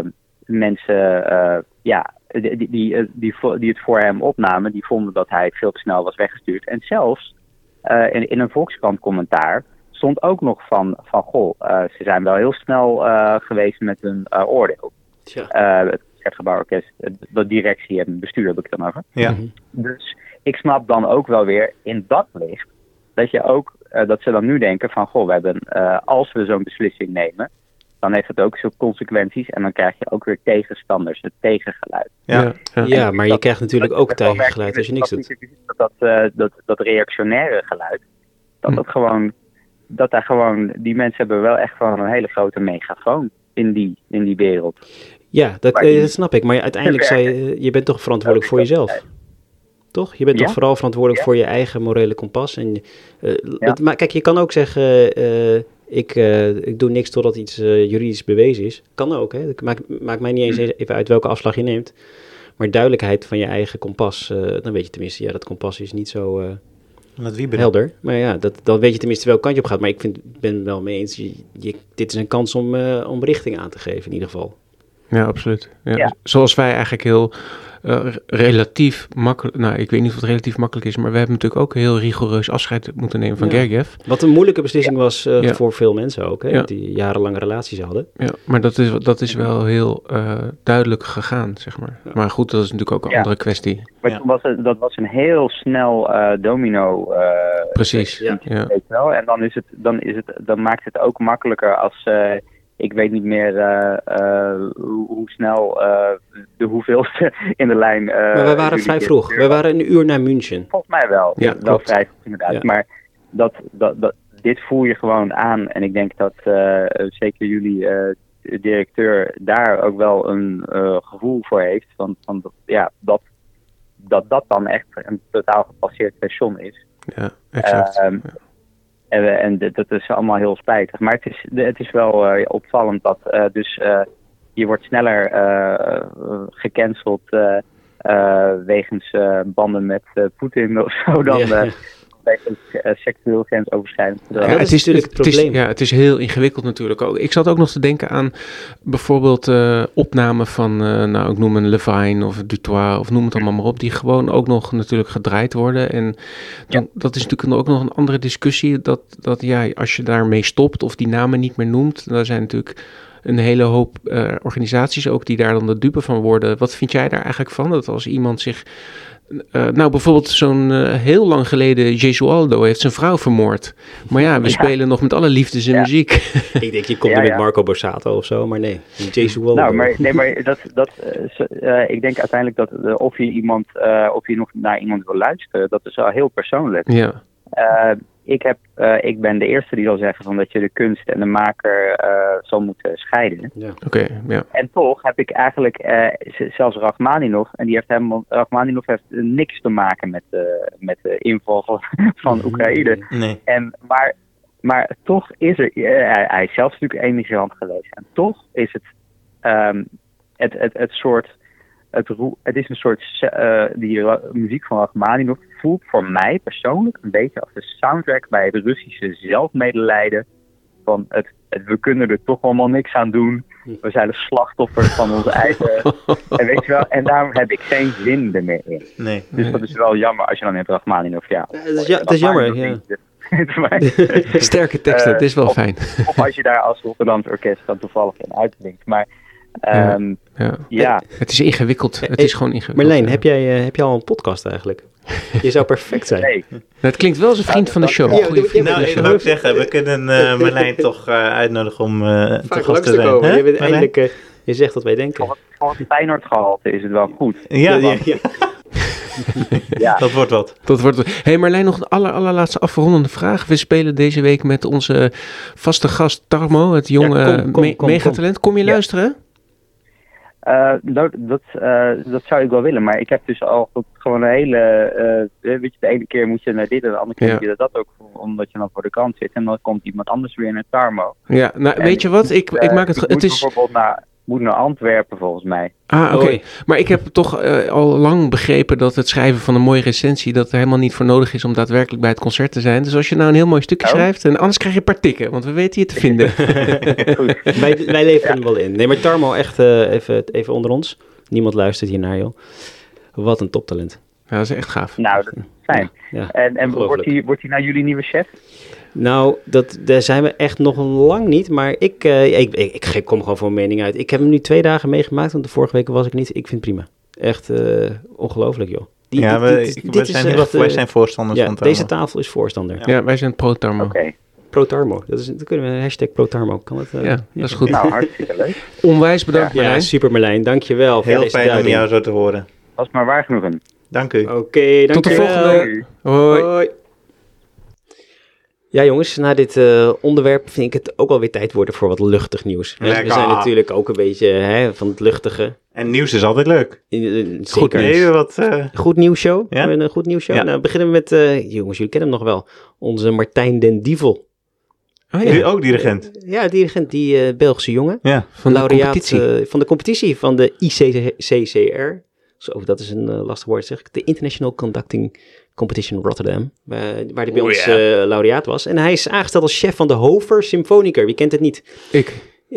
mensen uh, ja, die, die, die, die, die het voor hem opnamen. Die vonden dat hij veel te snel was weggestuurd. En zelfs uh, in, in een Volkskrant commentaar stond ook nog van, van goh, uh, ze zijn wel heel snel uh, geweest met hun uh, oordeel. Tja. Uh, het Concertgebouworkest, de directie en het bestuur heb ik het dan over. Ja. Mhm. Dus ik snap dan ook wel weer in dat licht dat je ook, uh, dat ze dan nu denken van goh, we hebben, uh, als we zo'n beslissing nemen, dan heeft het ook zo'n consequenties en dan krijg je ook weer tegenstanders, het tegengeluid. Ja. Ja, ja. Ja, maar je dat- krijgt natuurlijk dat- ook dat wel tegengeluid als je niks werkt, doet. Dat, dat, uh, dat, dat reactionaire geluid, dat Hm. dat gewoon, dat daar gewoon, die mensen hebben wel echt gewoon een hele grote megafoon in die, in die wereld. Ja, dat, Maar eh, die- dat snap ik. Maar uiteindelijk zou je, je bent toch verantwoordelijk voor jezelf. Toch? Je bent Ja? toch vooral verantwoordelijk Ja. voor je eigen morele kompas. En, uh, Ja. het, maar kijk, je kan ook zeggen, uh, ik, uh, ik doe niks totdat iets uh, juridisch bewezen is. Kan ook, hè. Het maakt, maakt mij niet eens even uit welke afslag je neemt. Maar duidelijkheid van je eigen kompas, uh, dan weet je tenminste, ja, dat kompas is niet zo uh, Dat wieberen. helder. Maar ja, dat, dan weet je tenminste welk kant je op gaat. Maar ik vind, ben wel mee eens, je, je, dit is een kans om, uh, om richting aan te geven in ieder geval. Ja, absoluut. Ja. Ja. Zoals wij eigenlijk heel uh, relatief makkelijk, nou ik weet niet of het relatief makkelijk is, maar we hebben natuurlijk ook heel rigoureus afscheid moeten nemen van Ja. Gergiev. Wat een moeilijke beslissing was uh, Ja. voor veel mensen ook, hè, Ja. die jarenlange relaties hadden. Ja, maar dat is, dat is wel heel uh, duidelijk gegaan, zeg maar. Ja. Maar goed, dat is natuurlijk ook een Ja. andere kwestie. Maar Ja. toen was het, dat was een heel snel uh, domino. Uh, Precies. Ja. Ja. Weet je wel? En dan, is het, dan, is het, dan maakt het ook makkelijker als, uh, ik weet niet meer uh, uh, hoe, hoe snel uh, de hoeveelste in de lijn. Uh, Maar wij waren jullie vrij dit- vroeg. We waren een uur naar München. Volgens mij wel. Ja, wel klopt. vrij vroeg inderdaad. Ja. Maar dat, dat, dat, dit voel je gewoon aan. En ik denk dat uh, zeker jullie uh, directeur daar ook wel een uh, gevoel voor heeft. Van, van dat, ja, dat, dat dat dan echt een totaal gepasseerd station is. Ja, exact. Ehm, En, we- en dit- dat is allemaal heel spijtig. Maar het is, de- het is wel eh, opvallend dat uh, dus uh, je wordt sneller uh, gecanceld uh, uh, wegens uh, banden met uh, Poetin of zo dan Ja. uh, wegens uh, seksueel grensoverschrijdend gedrag. Ja, dat is natuurlijk het is, probleem. ja, het is heel ingewikkeld natuurlijk ook. Ik zat ook nog te denken aan bijvoorbeeld uh, opnamen van, uh, nou ik noem een Levine of Dutois of noem het allemaal maar op, die gewoon ook nog natuurlijk gedraaid worden. En dan, dat is natuurlijk ook nog een andere discussie, dat, dat ja, als je daarmee stopt of die namen niet meer noemt, daar zijn natuurlijk een hele hoop uh, organisaties ook die daar dan de dupe van worden. Wat vind jij daar eigenlijk van? Dat als iemand zich... Uh, nou, bijvoorbeeld zo'n uh, heel lang geleden Gesualdo heeft zijn vrouw vermoord. Maar ja, we Ja. spelen nog met alle liefde zijn Ja. muziek. Ik denk, je komt Ja, er met ja. Marco Borsato of zo, maar nee. Jesu Waldo. Nou, maar, nee, maar dat, dat, uh, zo- uh, ik denk uiteindelijk dat uh, of je iemand, uh, of je nog naar iemand wil luisteren, dat is wel heel persoonlijk. Ja, Uh, ik, heb, uh, ik ben de eerste die zal zeggen van dat je de kunst en de maker uh, zal moeten scheiden. Ja. oké, okay, ja. En toch heb ik eigenlijk uh, z- zelfs Rachmaninov, en die heeft helemaal, Rachmaninov heeft uh, niks te maken met, uh, met de inval van, van Oekraïne. Nee. En, maar maar toch is er... Uh, hij, hij is zelf natuurlijk emigrant geweest. En toch is het um, het, het, het soort... Het, het is een soort... Uh, die muziek van Rachmaninoff voelt voor mij persoonlijk een beetje als de soundtrack bij het Russische zelfmedelijden. Van het, het, we kunnen er toch allemaal niks aan doen. We zijn de slachtoffers van onze eigen... en weet je wel, en daarom heb ik geen zin er meer in. Nee. Dus dat is wel jammer als je dan hebt Rachmaninoff. Ja, ja, het is, ja, het is jammer, ja. Sterke teksten, uh, het is wel of, fijn. Of als je daar als Rotterdamse orkest dan toevallig in uitblinkt. Maar um, ja, ja. ja. Het is ingewikkeld. Het hey, is gewoon ingewikkeld. Marleen, ja. heb, jij, uh, heb jij al een podcast eigenlijk? Je zou perfect zijn. Nee. Nou, het klinkt wel als een vriend van de show. Ja, Goeie vriend nou, van de ik show. wou zeggen, we kunnen uh, Marlijn toch uh, uitnodigen om uh, te gast te zijn. Komen. Huh? Je, bent eindelijk, uh, je zegt wat wij denken. Voor het, voor het Feyenoord-gehalte is het wel goed. Ja, ja, ja. ja. Dat wordt wat. Dat wordt wat. Hey Marlijn, nog een aller, allerlaatste afrondende vraag. We spelen deze week met onze vaste gast Tarmo, het jonge ja, kom, kom, me- kom, megatalent. Kom je ja. luisteren? Uh, dat, dat, uh, dat zou ik wel willen, maar ik heb dus al gewoon een hele... Uh, weet je, de ene keer moet je naar dit en de andere keer ja. moet je dat ook, omdat je dan voor de kant zit. En dan komt iemand anders weer naar Tarmo. Ja, nou en weet je wat? Ik, uh, ik maak het... Ik het moet is... bijvoorbeeld naar, moet naar Antwerpen volgens mij. Ah, oké. Okay. Oei. Maar ik heb toch uh, al lang begrepen dat het schrijven van een mooie recensie, dat er helemaal niet voor nodig is om daadwerkelijk bij het concert te zijn. Dus als je nou een heel mooi stukje oh. schrijft, en anders krijg je een paar tikken, want we weten je te vinden. Goed. wij, wij leveren ja. hem wel in. Nee, maar Tarmo, echt uh, even, even onder ons. Niemand luistert hiernaar, joh. Wat een toptalent. Ja, dat is echt gaaf. Nou, dat is fijn. Ja, ja, en en wordt hij wordt hij nou jullie nieuwe chef? Nou, dat, daar zijn we echt nog lang niet. Maar ik, uh, ik, ik, ik kom gewoon voor een mening uit. Ik heb hem nu twee dagen meegemaakt, want de vorige week was ik niet. Ik vind het prima. Echt uh, ongelooflijk, joh. Die, ja, die, we, dit, ik, dit we zijn, is echt, wij zijn voorstanders ja, van Tarmo. Deze tafel is voorstander. Ja, ja wij zijn pro-Tarmo. Oké. Okay. Pro-Tarmo. Dat, is, dat kunnen we, hashtag pro-Tarmo. Kan het? Uh, ja, dat is goed. Nou, hartstikke leuk. Onwijs bedankt, ja, Marlijn. Ja, super Marlijn. Dankjewel. Heel fijn om jou zo te horen. Was maar waar genoegen. Dank u. Oké, okay, tot de volgende. Hoi. Hoi. Ja jongens, na dit uh, onderwerp vind ik het ook wel weer tijd worden voor wat luchtig nieuws. Lekker. We zijn natuurlijk ook een beetje hè, van het luchtige. En nieuws is altijd leuk. Uh, goed nieuws. Wat, uh... Goed nieuwsshow. Ja? Een goed nieuwsshow. Ja. Nou, beginnen we met, uh, jongens, jullie kennen hem nog wel. Onze Martijn den Dievel. Oh, ja. Ook dirigent. Ja, dirigent, die uh, Belgische jongen. Ja. Van de laureaat, competitie. Uh, van de competitie van de I C C C R. Zo, dat is een uh, lastig woord zeg ik. De International Conducting Competition Rotterdam. Uh, waar hij bij oh, ons yeah. uh, laureaat was. En hij is aangesteld als chef van de Hofer Symfonieker. Wie kent het niet? Ik.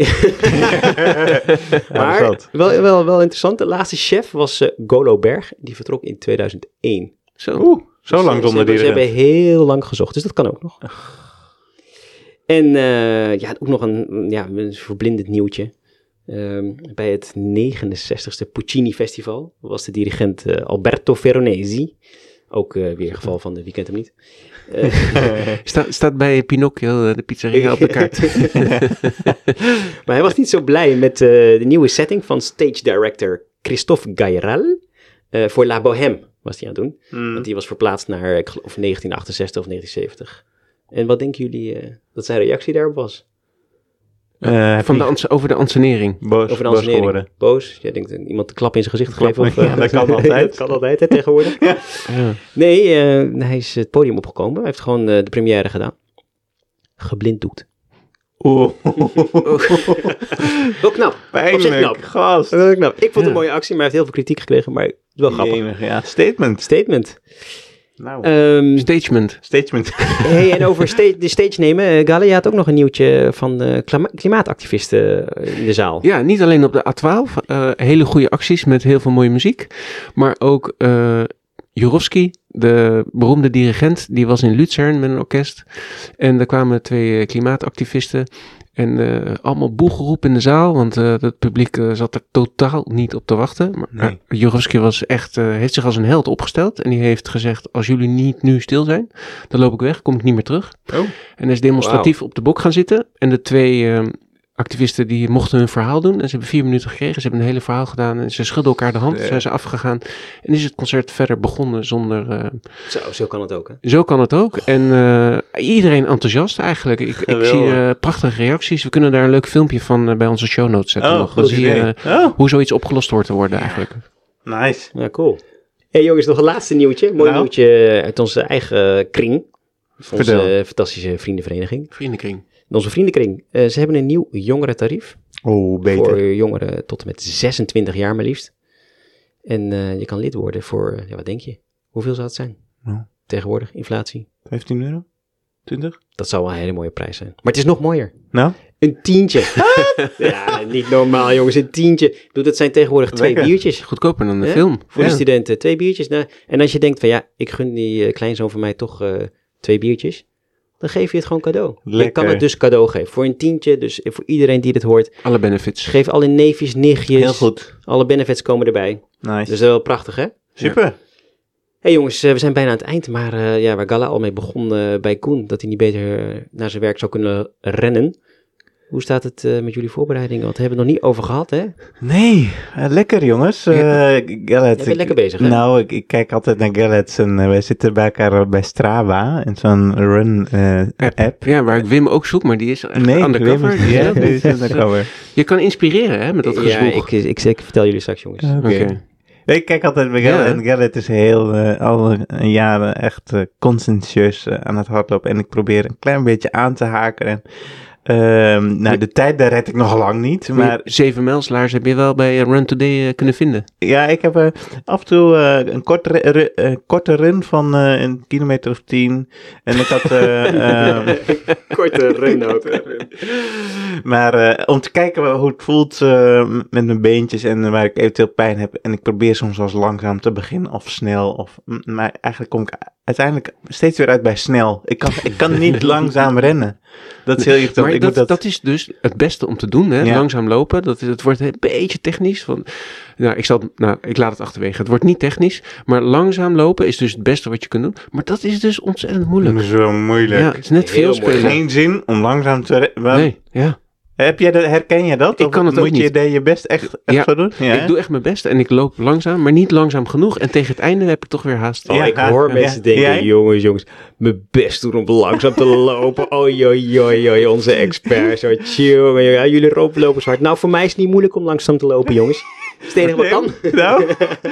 Maar ja, wel, wel, wel interessant. De laatste chef was uh, Golo Berg. Die vertrok in tweeduizend één. Zo, Oeh, zo dus lang ze, zonder ze, dirigent. ze hebben heel lang gezocht. Dus dat kan ook nog. En uh, ja, ook nog een, ja, een verblindend nieuwtje. Um, bij het negenenzestigste Puccini Festival was de dirigent uh, Alberto Veronesi. Ook uh, weer een geval van de Wie kent hem niet. Uh, Sta, staat bij Pinocchio de pizzeria op de kaart. Maar hij was niet zo blij met uh, de nieuwe setting van stage director Christophe Gairal. Uh, voor La Bohème was hij aan het doen. Mm. Want die was verplaatst naar, ik geloof, negentien achtenzestig of negentien zeventig. En wat denken jullie uh, dat zijn reactie daarop was? Uh, van de ans- over de ansenering. over Boos, de boos ansenering. geworden. Boos? Jij denkt iemand de klap in zijn gezicht gegeven? Of, ja, dat kan altijd. Dat kan altijd, hè, tegenwoordig. Ja. Ja. Nee, uh, hij is het podium opgekomen. Hij heeft gewoon uh, de première gedaan. Geblinddoekt. Oeh. Wel knap. Pijnlijk. knap. Gast. Wel knap. Ik vond het Ja. een mooie actie, maar hij heeft heel veel kritiek gekregen. Maar wel grappig. Jemig, ja, statement. Statement. Nou, Um, Statement. statement. hey, en over sta- de stage nemen. Uh, Gale, je had ook nog een nieuwtje van uh, klima- klimaatactivisten in de zaal. Ja, niet alleen op de A twaalf. Uh, hele goede acties met heel veel mooie muziek. Maar ook uh, Jurovski, de beroemde dirigent, die was in Luzern met een orkest. En daar kwamen twee uh, klimaatactivisten. En uh, allemaal boelgeroep in de zaal, want uh, het publiek uh, zat er totaal niet op te wachten. Maar Nee. uh, Jurovski was echt, uh, heeft zich als een held opgesteld. En die heeft gezegd, als jullie niet nu stil zijn, dan loop ik weg, kom ik niet meer terug. Oh. En hij is demonstratief wow. op de bok gaan zitten. En de twee uh, activisten die mochten hun verhaal doen. En ze hebben vier minuten gekregen. Ze hebben een hele verhaal gedaan. En ze schudden elkaar de hand. Nee. Zijn ze afgegaan. En is het concert verder begonnen zonder... Uh, Zo, zo kan het ook, hè? zo kan het ook. En uh, iedereen enthousiast eigenlijk. Ik, ik zie uh, prachtige reacties. We kunnen daar een leuk filmpje van uh, bij onze show notes zetten. Oh, nog. Dan goed zie je uh, oh. hoe zoiets opgelost wordt te worden eigenlijk. Nice. Ja, cool. Hey jongens, nog een laatste nieuwtje. Mooi nou. nieuwtje uit onze eigen kring. Onze Vertel. uh, fantastische vriendenvereniging. Vriendenkring. Onze vriendenkring. Uh, ze hebben een nieuw jongerentarief. Oh, beter. Voor jongeren tot en met zesentwintig jaar maar liefst. En uh, je kan lid worden voor, ja, wat denk je? Hoeveel zou het zijn? Ja. Tegenwoordig, inflatie. vijftien euro? twintig? Dat zou wel een hele mooie prijs zijn. Maar het is nog mooier. Nou? Een tientje. Ja, niet normaal jongens, een tientje. Doe, dat zijn tegenwoordig twee Lekker. biertjes. Goedkoper dan de Ja? film. Voor Ja. de studenten, twee biertjes. Nou, en als je denkt van ja, ik gun die uh, kleinzoon van mij toch uh, twee biertjes. Dan geef je het gewoon cadeau. Lekker. Je kan het dus cadeau geven. Voor een tientje, dus voor iedereen die dit hoort. Alle benefits. Geef alle neefjes, nichtjes. Heel goed. Alle benefits komen erbij. Nice. Dus dat is wel prachtig, hè? Super. Hé hey jongens, uh, we zijn bijna aan het eind. Maar uh, ja, waar Gala al mee begon uh, bij Koen, dat hij niet beter uh, naar zijn werk zou kunnen rennen. Hoe staat het uh, met jullie voorbereidingen? Want we hebben het nog niet over gehad, hè? Nee, uh, lekker jongens. Uh, Gallet, Je bent lekker bezig, hè? Nou, ik, ik kijk altijd naar Gallet en uh, wij zitten bij elkaar bij Strava in zo'n run uh, App. app. Ja, waar ik Wim ook zoek, maar die is echt Nee, undercover. Wim is- ja, die is undercover. Je kan inspireren, hè, met dat Ja, gezwoeg. ik, ik, ik vertel jullie straks, jongens. Oké. Oké. Ik kijk altijd bij Gallet Ja. en Gallet is heel uh, al een jaren echt uh, conscientieus uh, aan het hardlopen. En ik probeer een klein beetje aan te haken. En, uh, nou, de tijd daar red ik nog lang niet. Maar Maar zeven mijlslaars heb je wel bij Run Today uh, kunnen vinden. ja, ik heb uh, af en toe uh, een korte, ru- uh, korte run van uh, een kilometer of tien. En ik had... Uh, um, Korte run ook. maar uh, om te kijken hoe het voelt uh, met mijn beentjes en waar ik eventueel pijn heb. En ik probeer soms wel eens langzaam te beginnen of snel. Of, m- maar eigenlijk kom ik uiteindelijk steeds weer uit bij snel. Ik kan, ik kan niet langzaam rennen. Dat is heel irritant. Maar Ik dat, moet dat, dat is dus het beste om te doen, hè? Ja. Langzaam lopen. Dat is, het wordt een beetje technisch. Van, nou, ik zal, het- nou, ik laat het achterwege. Het wordt niet technisch, maar langzaam lopen is dus het beste wat je kunt doen. Maar dat is dus ontzettend moeilijk. zo moeilijk. Ja, het is net Heel veel moeilijk. spelen. Geen zin om langzaam te rennen. Nee, ja. Heb jij dat, herken je dat? Ik Of kan het moet ook je niet. de- je best echt, echt Ja, zo doen? Ja, Ik doe echt mijn best en ik loop langzaam, maar niet langzaam genoeg. En tegen het einde heb ik toch weer haast. Oh, Ja, ik ja, hoor ja. mensen denken, Jij? jongens, jongens, mijn best doen om langzaam te lopen. Oei, oei, oei, oei, onze experts, zo chill. Ja, jullie lopen lopen zwart. Nou, voor mij is het niet moeilijk om langzaam te lopen, jongens. Dat is het enige wat kan. Nou?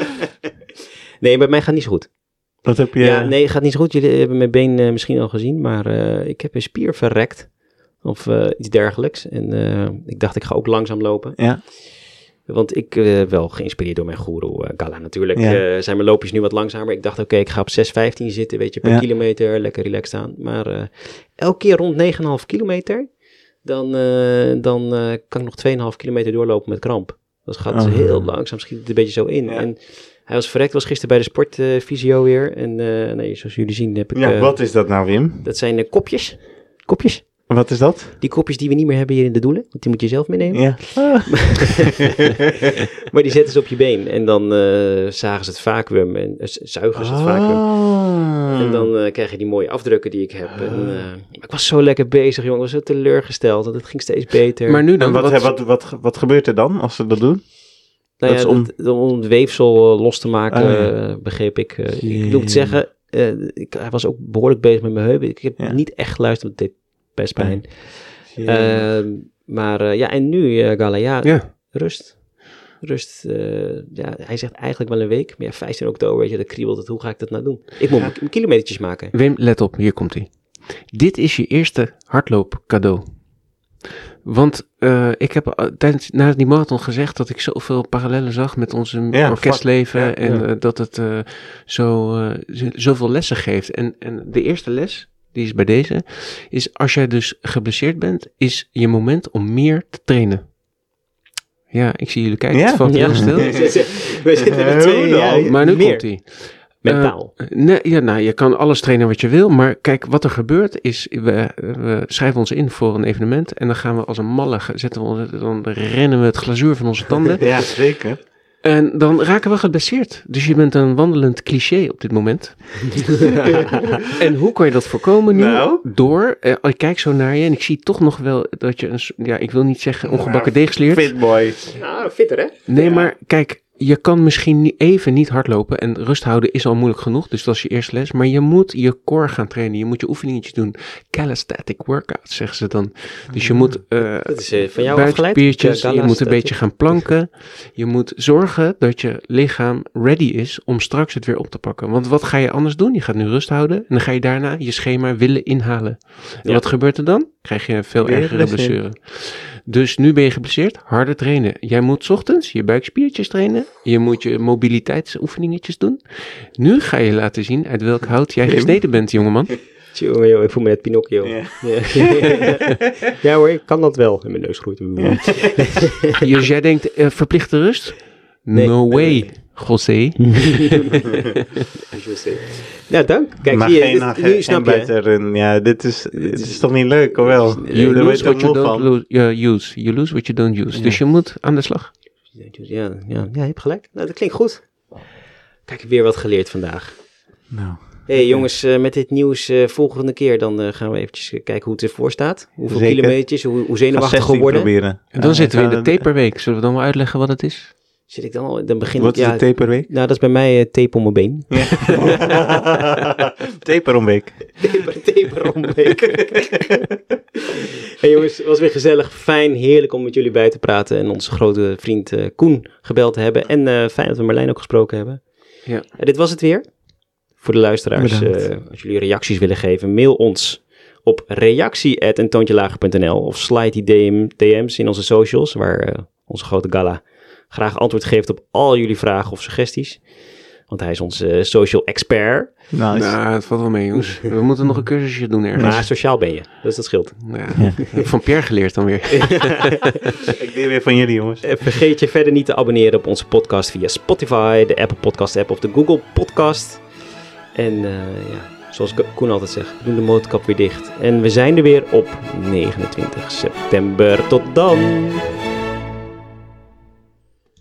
Nee, bij mij gaat het niet zo goed. Wat heb je? Ja, nee, het gaat niet zo goed. Jullie hebben mijn been uh, misschien al gezien, maar uh, ik heb een spier verrekt. Of uh, iets dergelijks. En uh, ik dacht, ik ga ook langzaam lopen. Ja. Want ik, uh, wel geïnspireerd door mijn goeroe, uh, Gala natuurlijk, Ja. uh, zijn mijn loopjes nu wat langzamer. Ik dacht, oké, okay, ik ga op zes vijftien zitten, weet je, per Ja. kilometer, lekker relaxed aan. Maar uh, elke keer rond negen komma vijf kilometer, dan, uh, dan uh, kan ik nog twee komma vijf kilometer doorlopen met kramp. Dat gaat dus Oh. heel langzaam, schiet het een beetje zo in. Ja. En hij was verrekt, was gisteren bij de sportfysio uh, weer. En uh, nee, zoals jullie zien heb ik... Ja, uh, wat is dat nou, Wim? Dat zijn uh, kopjes. Kopjes. Wat is dat? Die kopjes die we niet meer hebben hier in de doelen. Want die moet je zelf meenemen. Ja. Maar die zetten ze op je been. En dan uh, zagen ze het vacuüm. En uh, zuigen ze het vacuüm. Ah. En dan uh, krijg je die mooie afdrukken die ik heb. En, uh, ik was zo lekker bezig, jongen. Ik was zo teleurgesteld. Want het ging steeds beter. Maar nu En dan, wat, wat, wat, wat, wat gebeurt er dan als ze dat doen? nou dat ja, is om- dat- om het weefsel uh, los te maken, Ah, ja. uh, begreep ik. Uh, Jee. ik moet zeggen, uh, ik, hij was ook behoorlijk bezig met mijn heupen. Ik heb Ja. niet echt geluisterd, want het deed best pijn. Ja. Uh, maar uh, ja, en nu, uh, Gala, ja, ja. rust. Rust, uh, ja, hij zegt eigenlijk wel een week. Maar ja, vijftien oktober, weet je, dat kriebelt het. Hoe ga ik dat nou doen? Ik moet Ja. mijn kilometertjes maken. Wim, let op, hier komt hij. Dit is je eerste hardloopcadeau. Want uh, ik heb uh, tijdens na die marathon gezegd dat ik zoveel parallellen zag met onze Ja, orkestleven. vlak, ja, en ja. Uh, dat het uh, zo, uh, z- zoveel lessen geeft. En, en de eerste les, die is bij deze, is als jij dus geblesseerd bent, is je moment om meer te trainen. Ja, ik zie jullie kijken, Ja? het valt Ja. heel stil. We zitten Hoe er twee, dan? ja, Maar nu meer. komt hij. Mentaal. Uh, nee, ja, nou, je kan alles trainen wat je wil, maar kijk, wat er gebeurt is, we, we schrijven ons in voor een evenement en dan gaan we als een malle, zetten we ons, dan rennen we het glazuur van onze tanden Ja, zeker. en dan raken we geblesseerd. Dus je bent een wandelend cliché op dit moment. En hoe kan je dat voorkomen nu? Nou? Door, uh, ik kijk zo naar je en ik zie toch nog wel dat je, een, s- ja, ik wil niet zeggen ongebakken deegsleert. Fit boy. Nou, fitter hè? Nee, Ja. maar kijk, je kan misschien niet, even niet hardlopen en rust houden is al moeilijk genoeg, dus dat is je eerste les. Maar je moet je core gaan trainen, je moet je oefeningetjes doen. Calisthenic workouts, zeggen ze dan. Dus je moet uh, Dat is uh, van jou buikspiertjes, afgeleid. je moet een beetje gaan planken. Je moet zorgen dat je lichaam ready is om straks het weer op te pakken. Want wat ga je anders doen? Je gaat nu rust houden en dan ga je daarna je schema willen inhalen. En Ja. wat gebeurt er dan? Krijg je een veel Weer ergere blessure. blessure. Dus nu ben je geblesseerd, harder trainen. Jij moet 's ochtends je buikspiertjes trainen. Je moet je mobiliteitsoefeningetjes doen. Nu ga je laten zien uit welk hout jij gesneden bent, jongeman. Tjonge, joh, ik voel me net Pinocchio. Ja. Ja. Ja hoor, ik kan dat wel. En mijn neus groeit. Dus jij denkt, uh, verplichte rust? Nee. No Nee, way, nee, José. Ja, dank. Kijk, maar zie je, geen dit- nacht nu en snap je. buitenrun. Ja, dit is, dit is toch niet leuk, of wel? You Daar word lose je what you toch moe don't van? lose, yeah, use. You lose what you don't use. Ja. Dus je moet aan de slag. Ja, ja, ja, je hebt gelijk. Nou, dat klinkt goed. Kijk, ik heb weer wat geleerd vandaag. Nou, Hé hey, jongens, uh, met dit nieuws uh, volgende keer dan uh, gaan we eventjes uh, kijken hoe het ervoor staat. Hoeveel Zeker. kilometers, hoe, hoe ga zenuwachtig we zestien worden. proberen. En dan Ja, zitten we in ga- de taperweek. Zullen we dan wel uitleggen wat het is? Zit ik dan al, dan begin Wat ik, is ja, de taperweek? nou, dat is bij mij uh, tape om mijn been. Taperomweek. Taper, taper om mijn been. Hey jongens, het was weer gezellig, fijn, heerlijk om met jullie bij te praten. En onze grote vriend uh, Koen gebeld te hebben. En uh, fijn dat we Marlijn ook gesproken hebben. Ja. En dit was het weer. Voor de luisteraars, Bedankt. uh, als jullie reacties willen geven, mail ons op reactie at ntoontjelager punt n l of slide die D M, D M's in onze socials, waar uh, onze grote Gala graag antwoord geeft op al jullie vragen of suggesties. Want hij is onze uh, social expert. Nice. Nou, het valt wel mee, jongens. We moeten nog een cursusje doen ergens. Maar sociaal ben je, dus dat scheelt. Nou, ja. Ik heb van Pierre geleerd dan weer. Ik leer weer van jullie, jongens. En vergeet je verder niet te abonneren op onze podcast via Spotify, de Apple Podcast app of de Google Podcast. En uh, ja, zoals Koen altijd zegt, we doen de motorkap weer dicht. En we zijn er weer op negenentwintig september. Tot dan!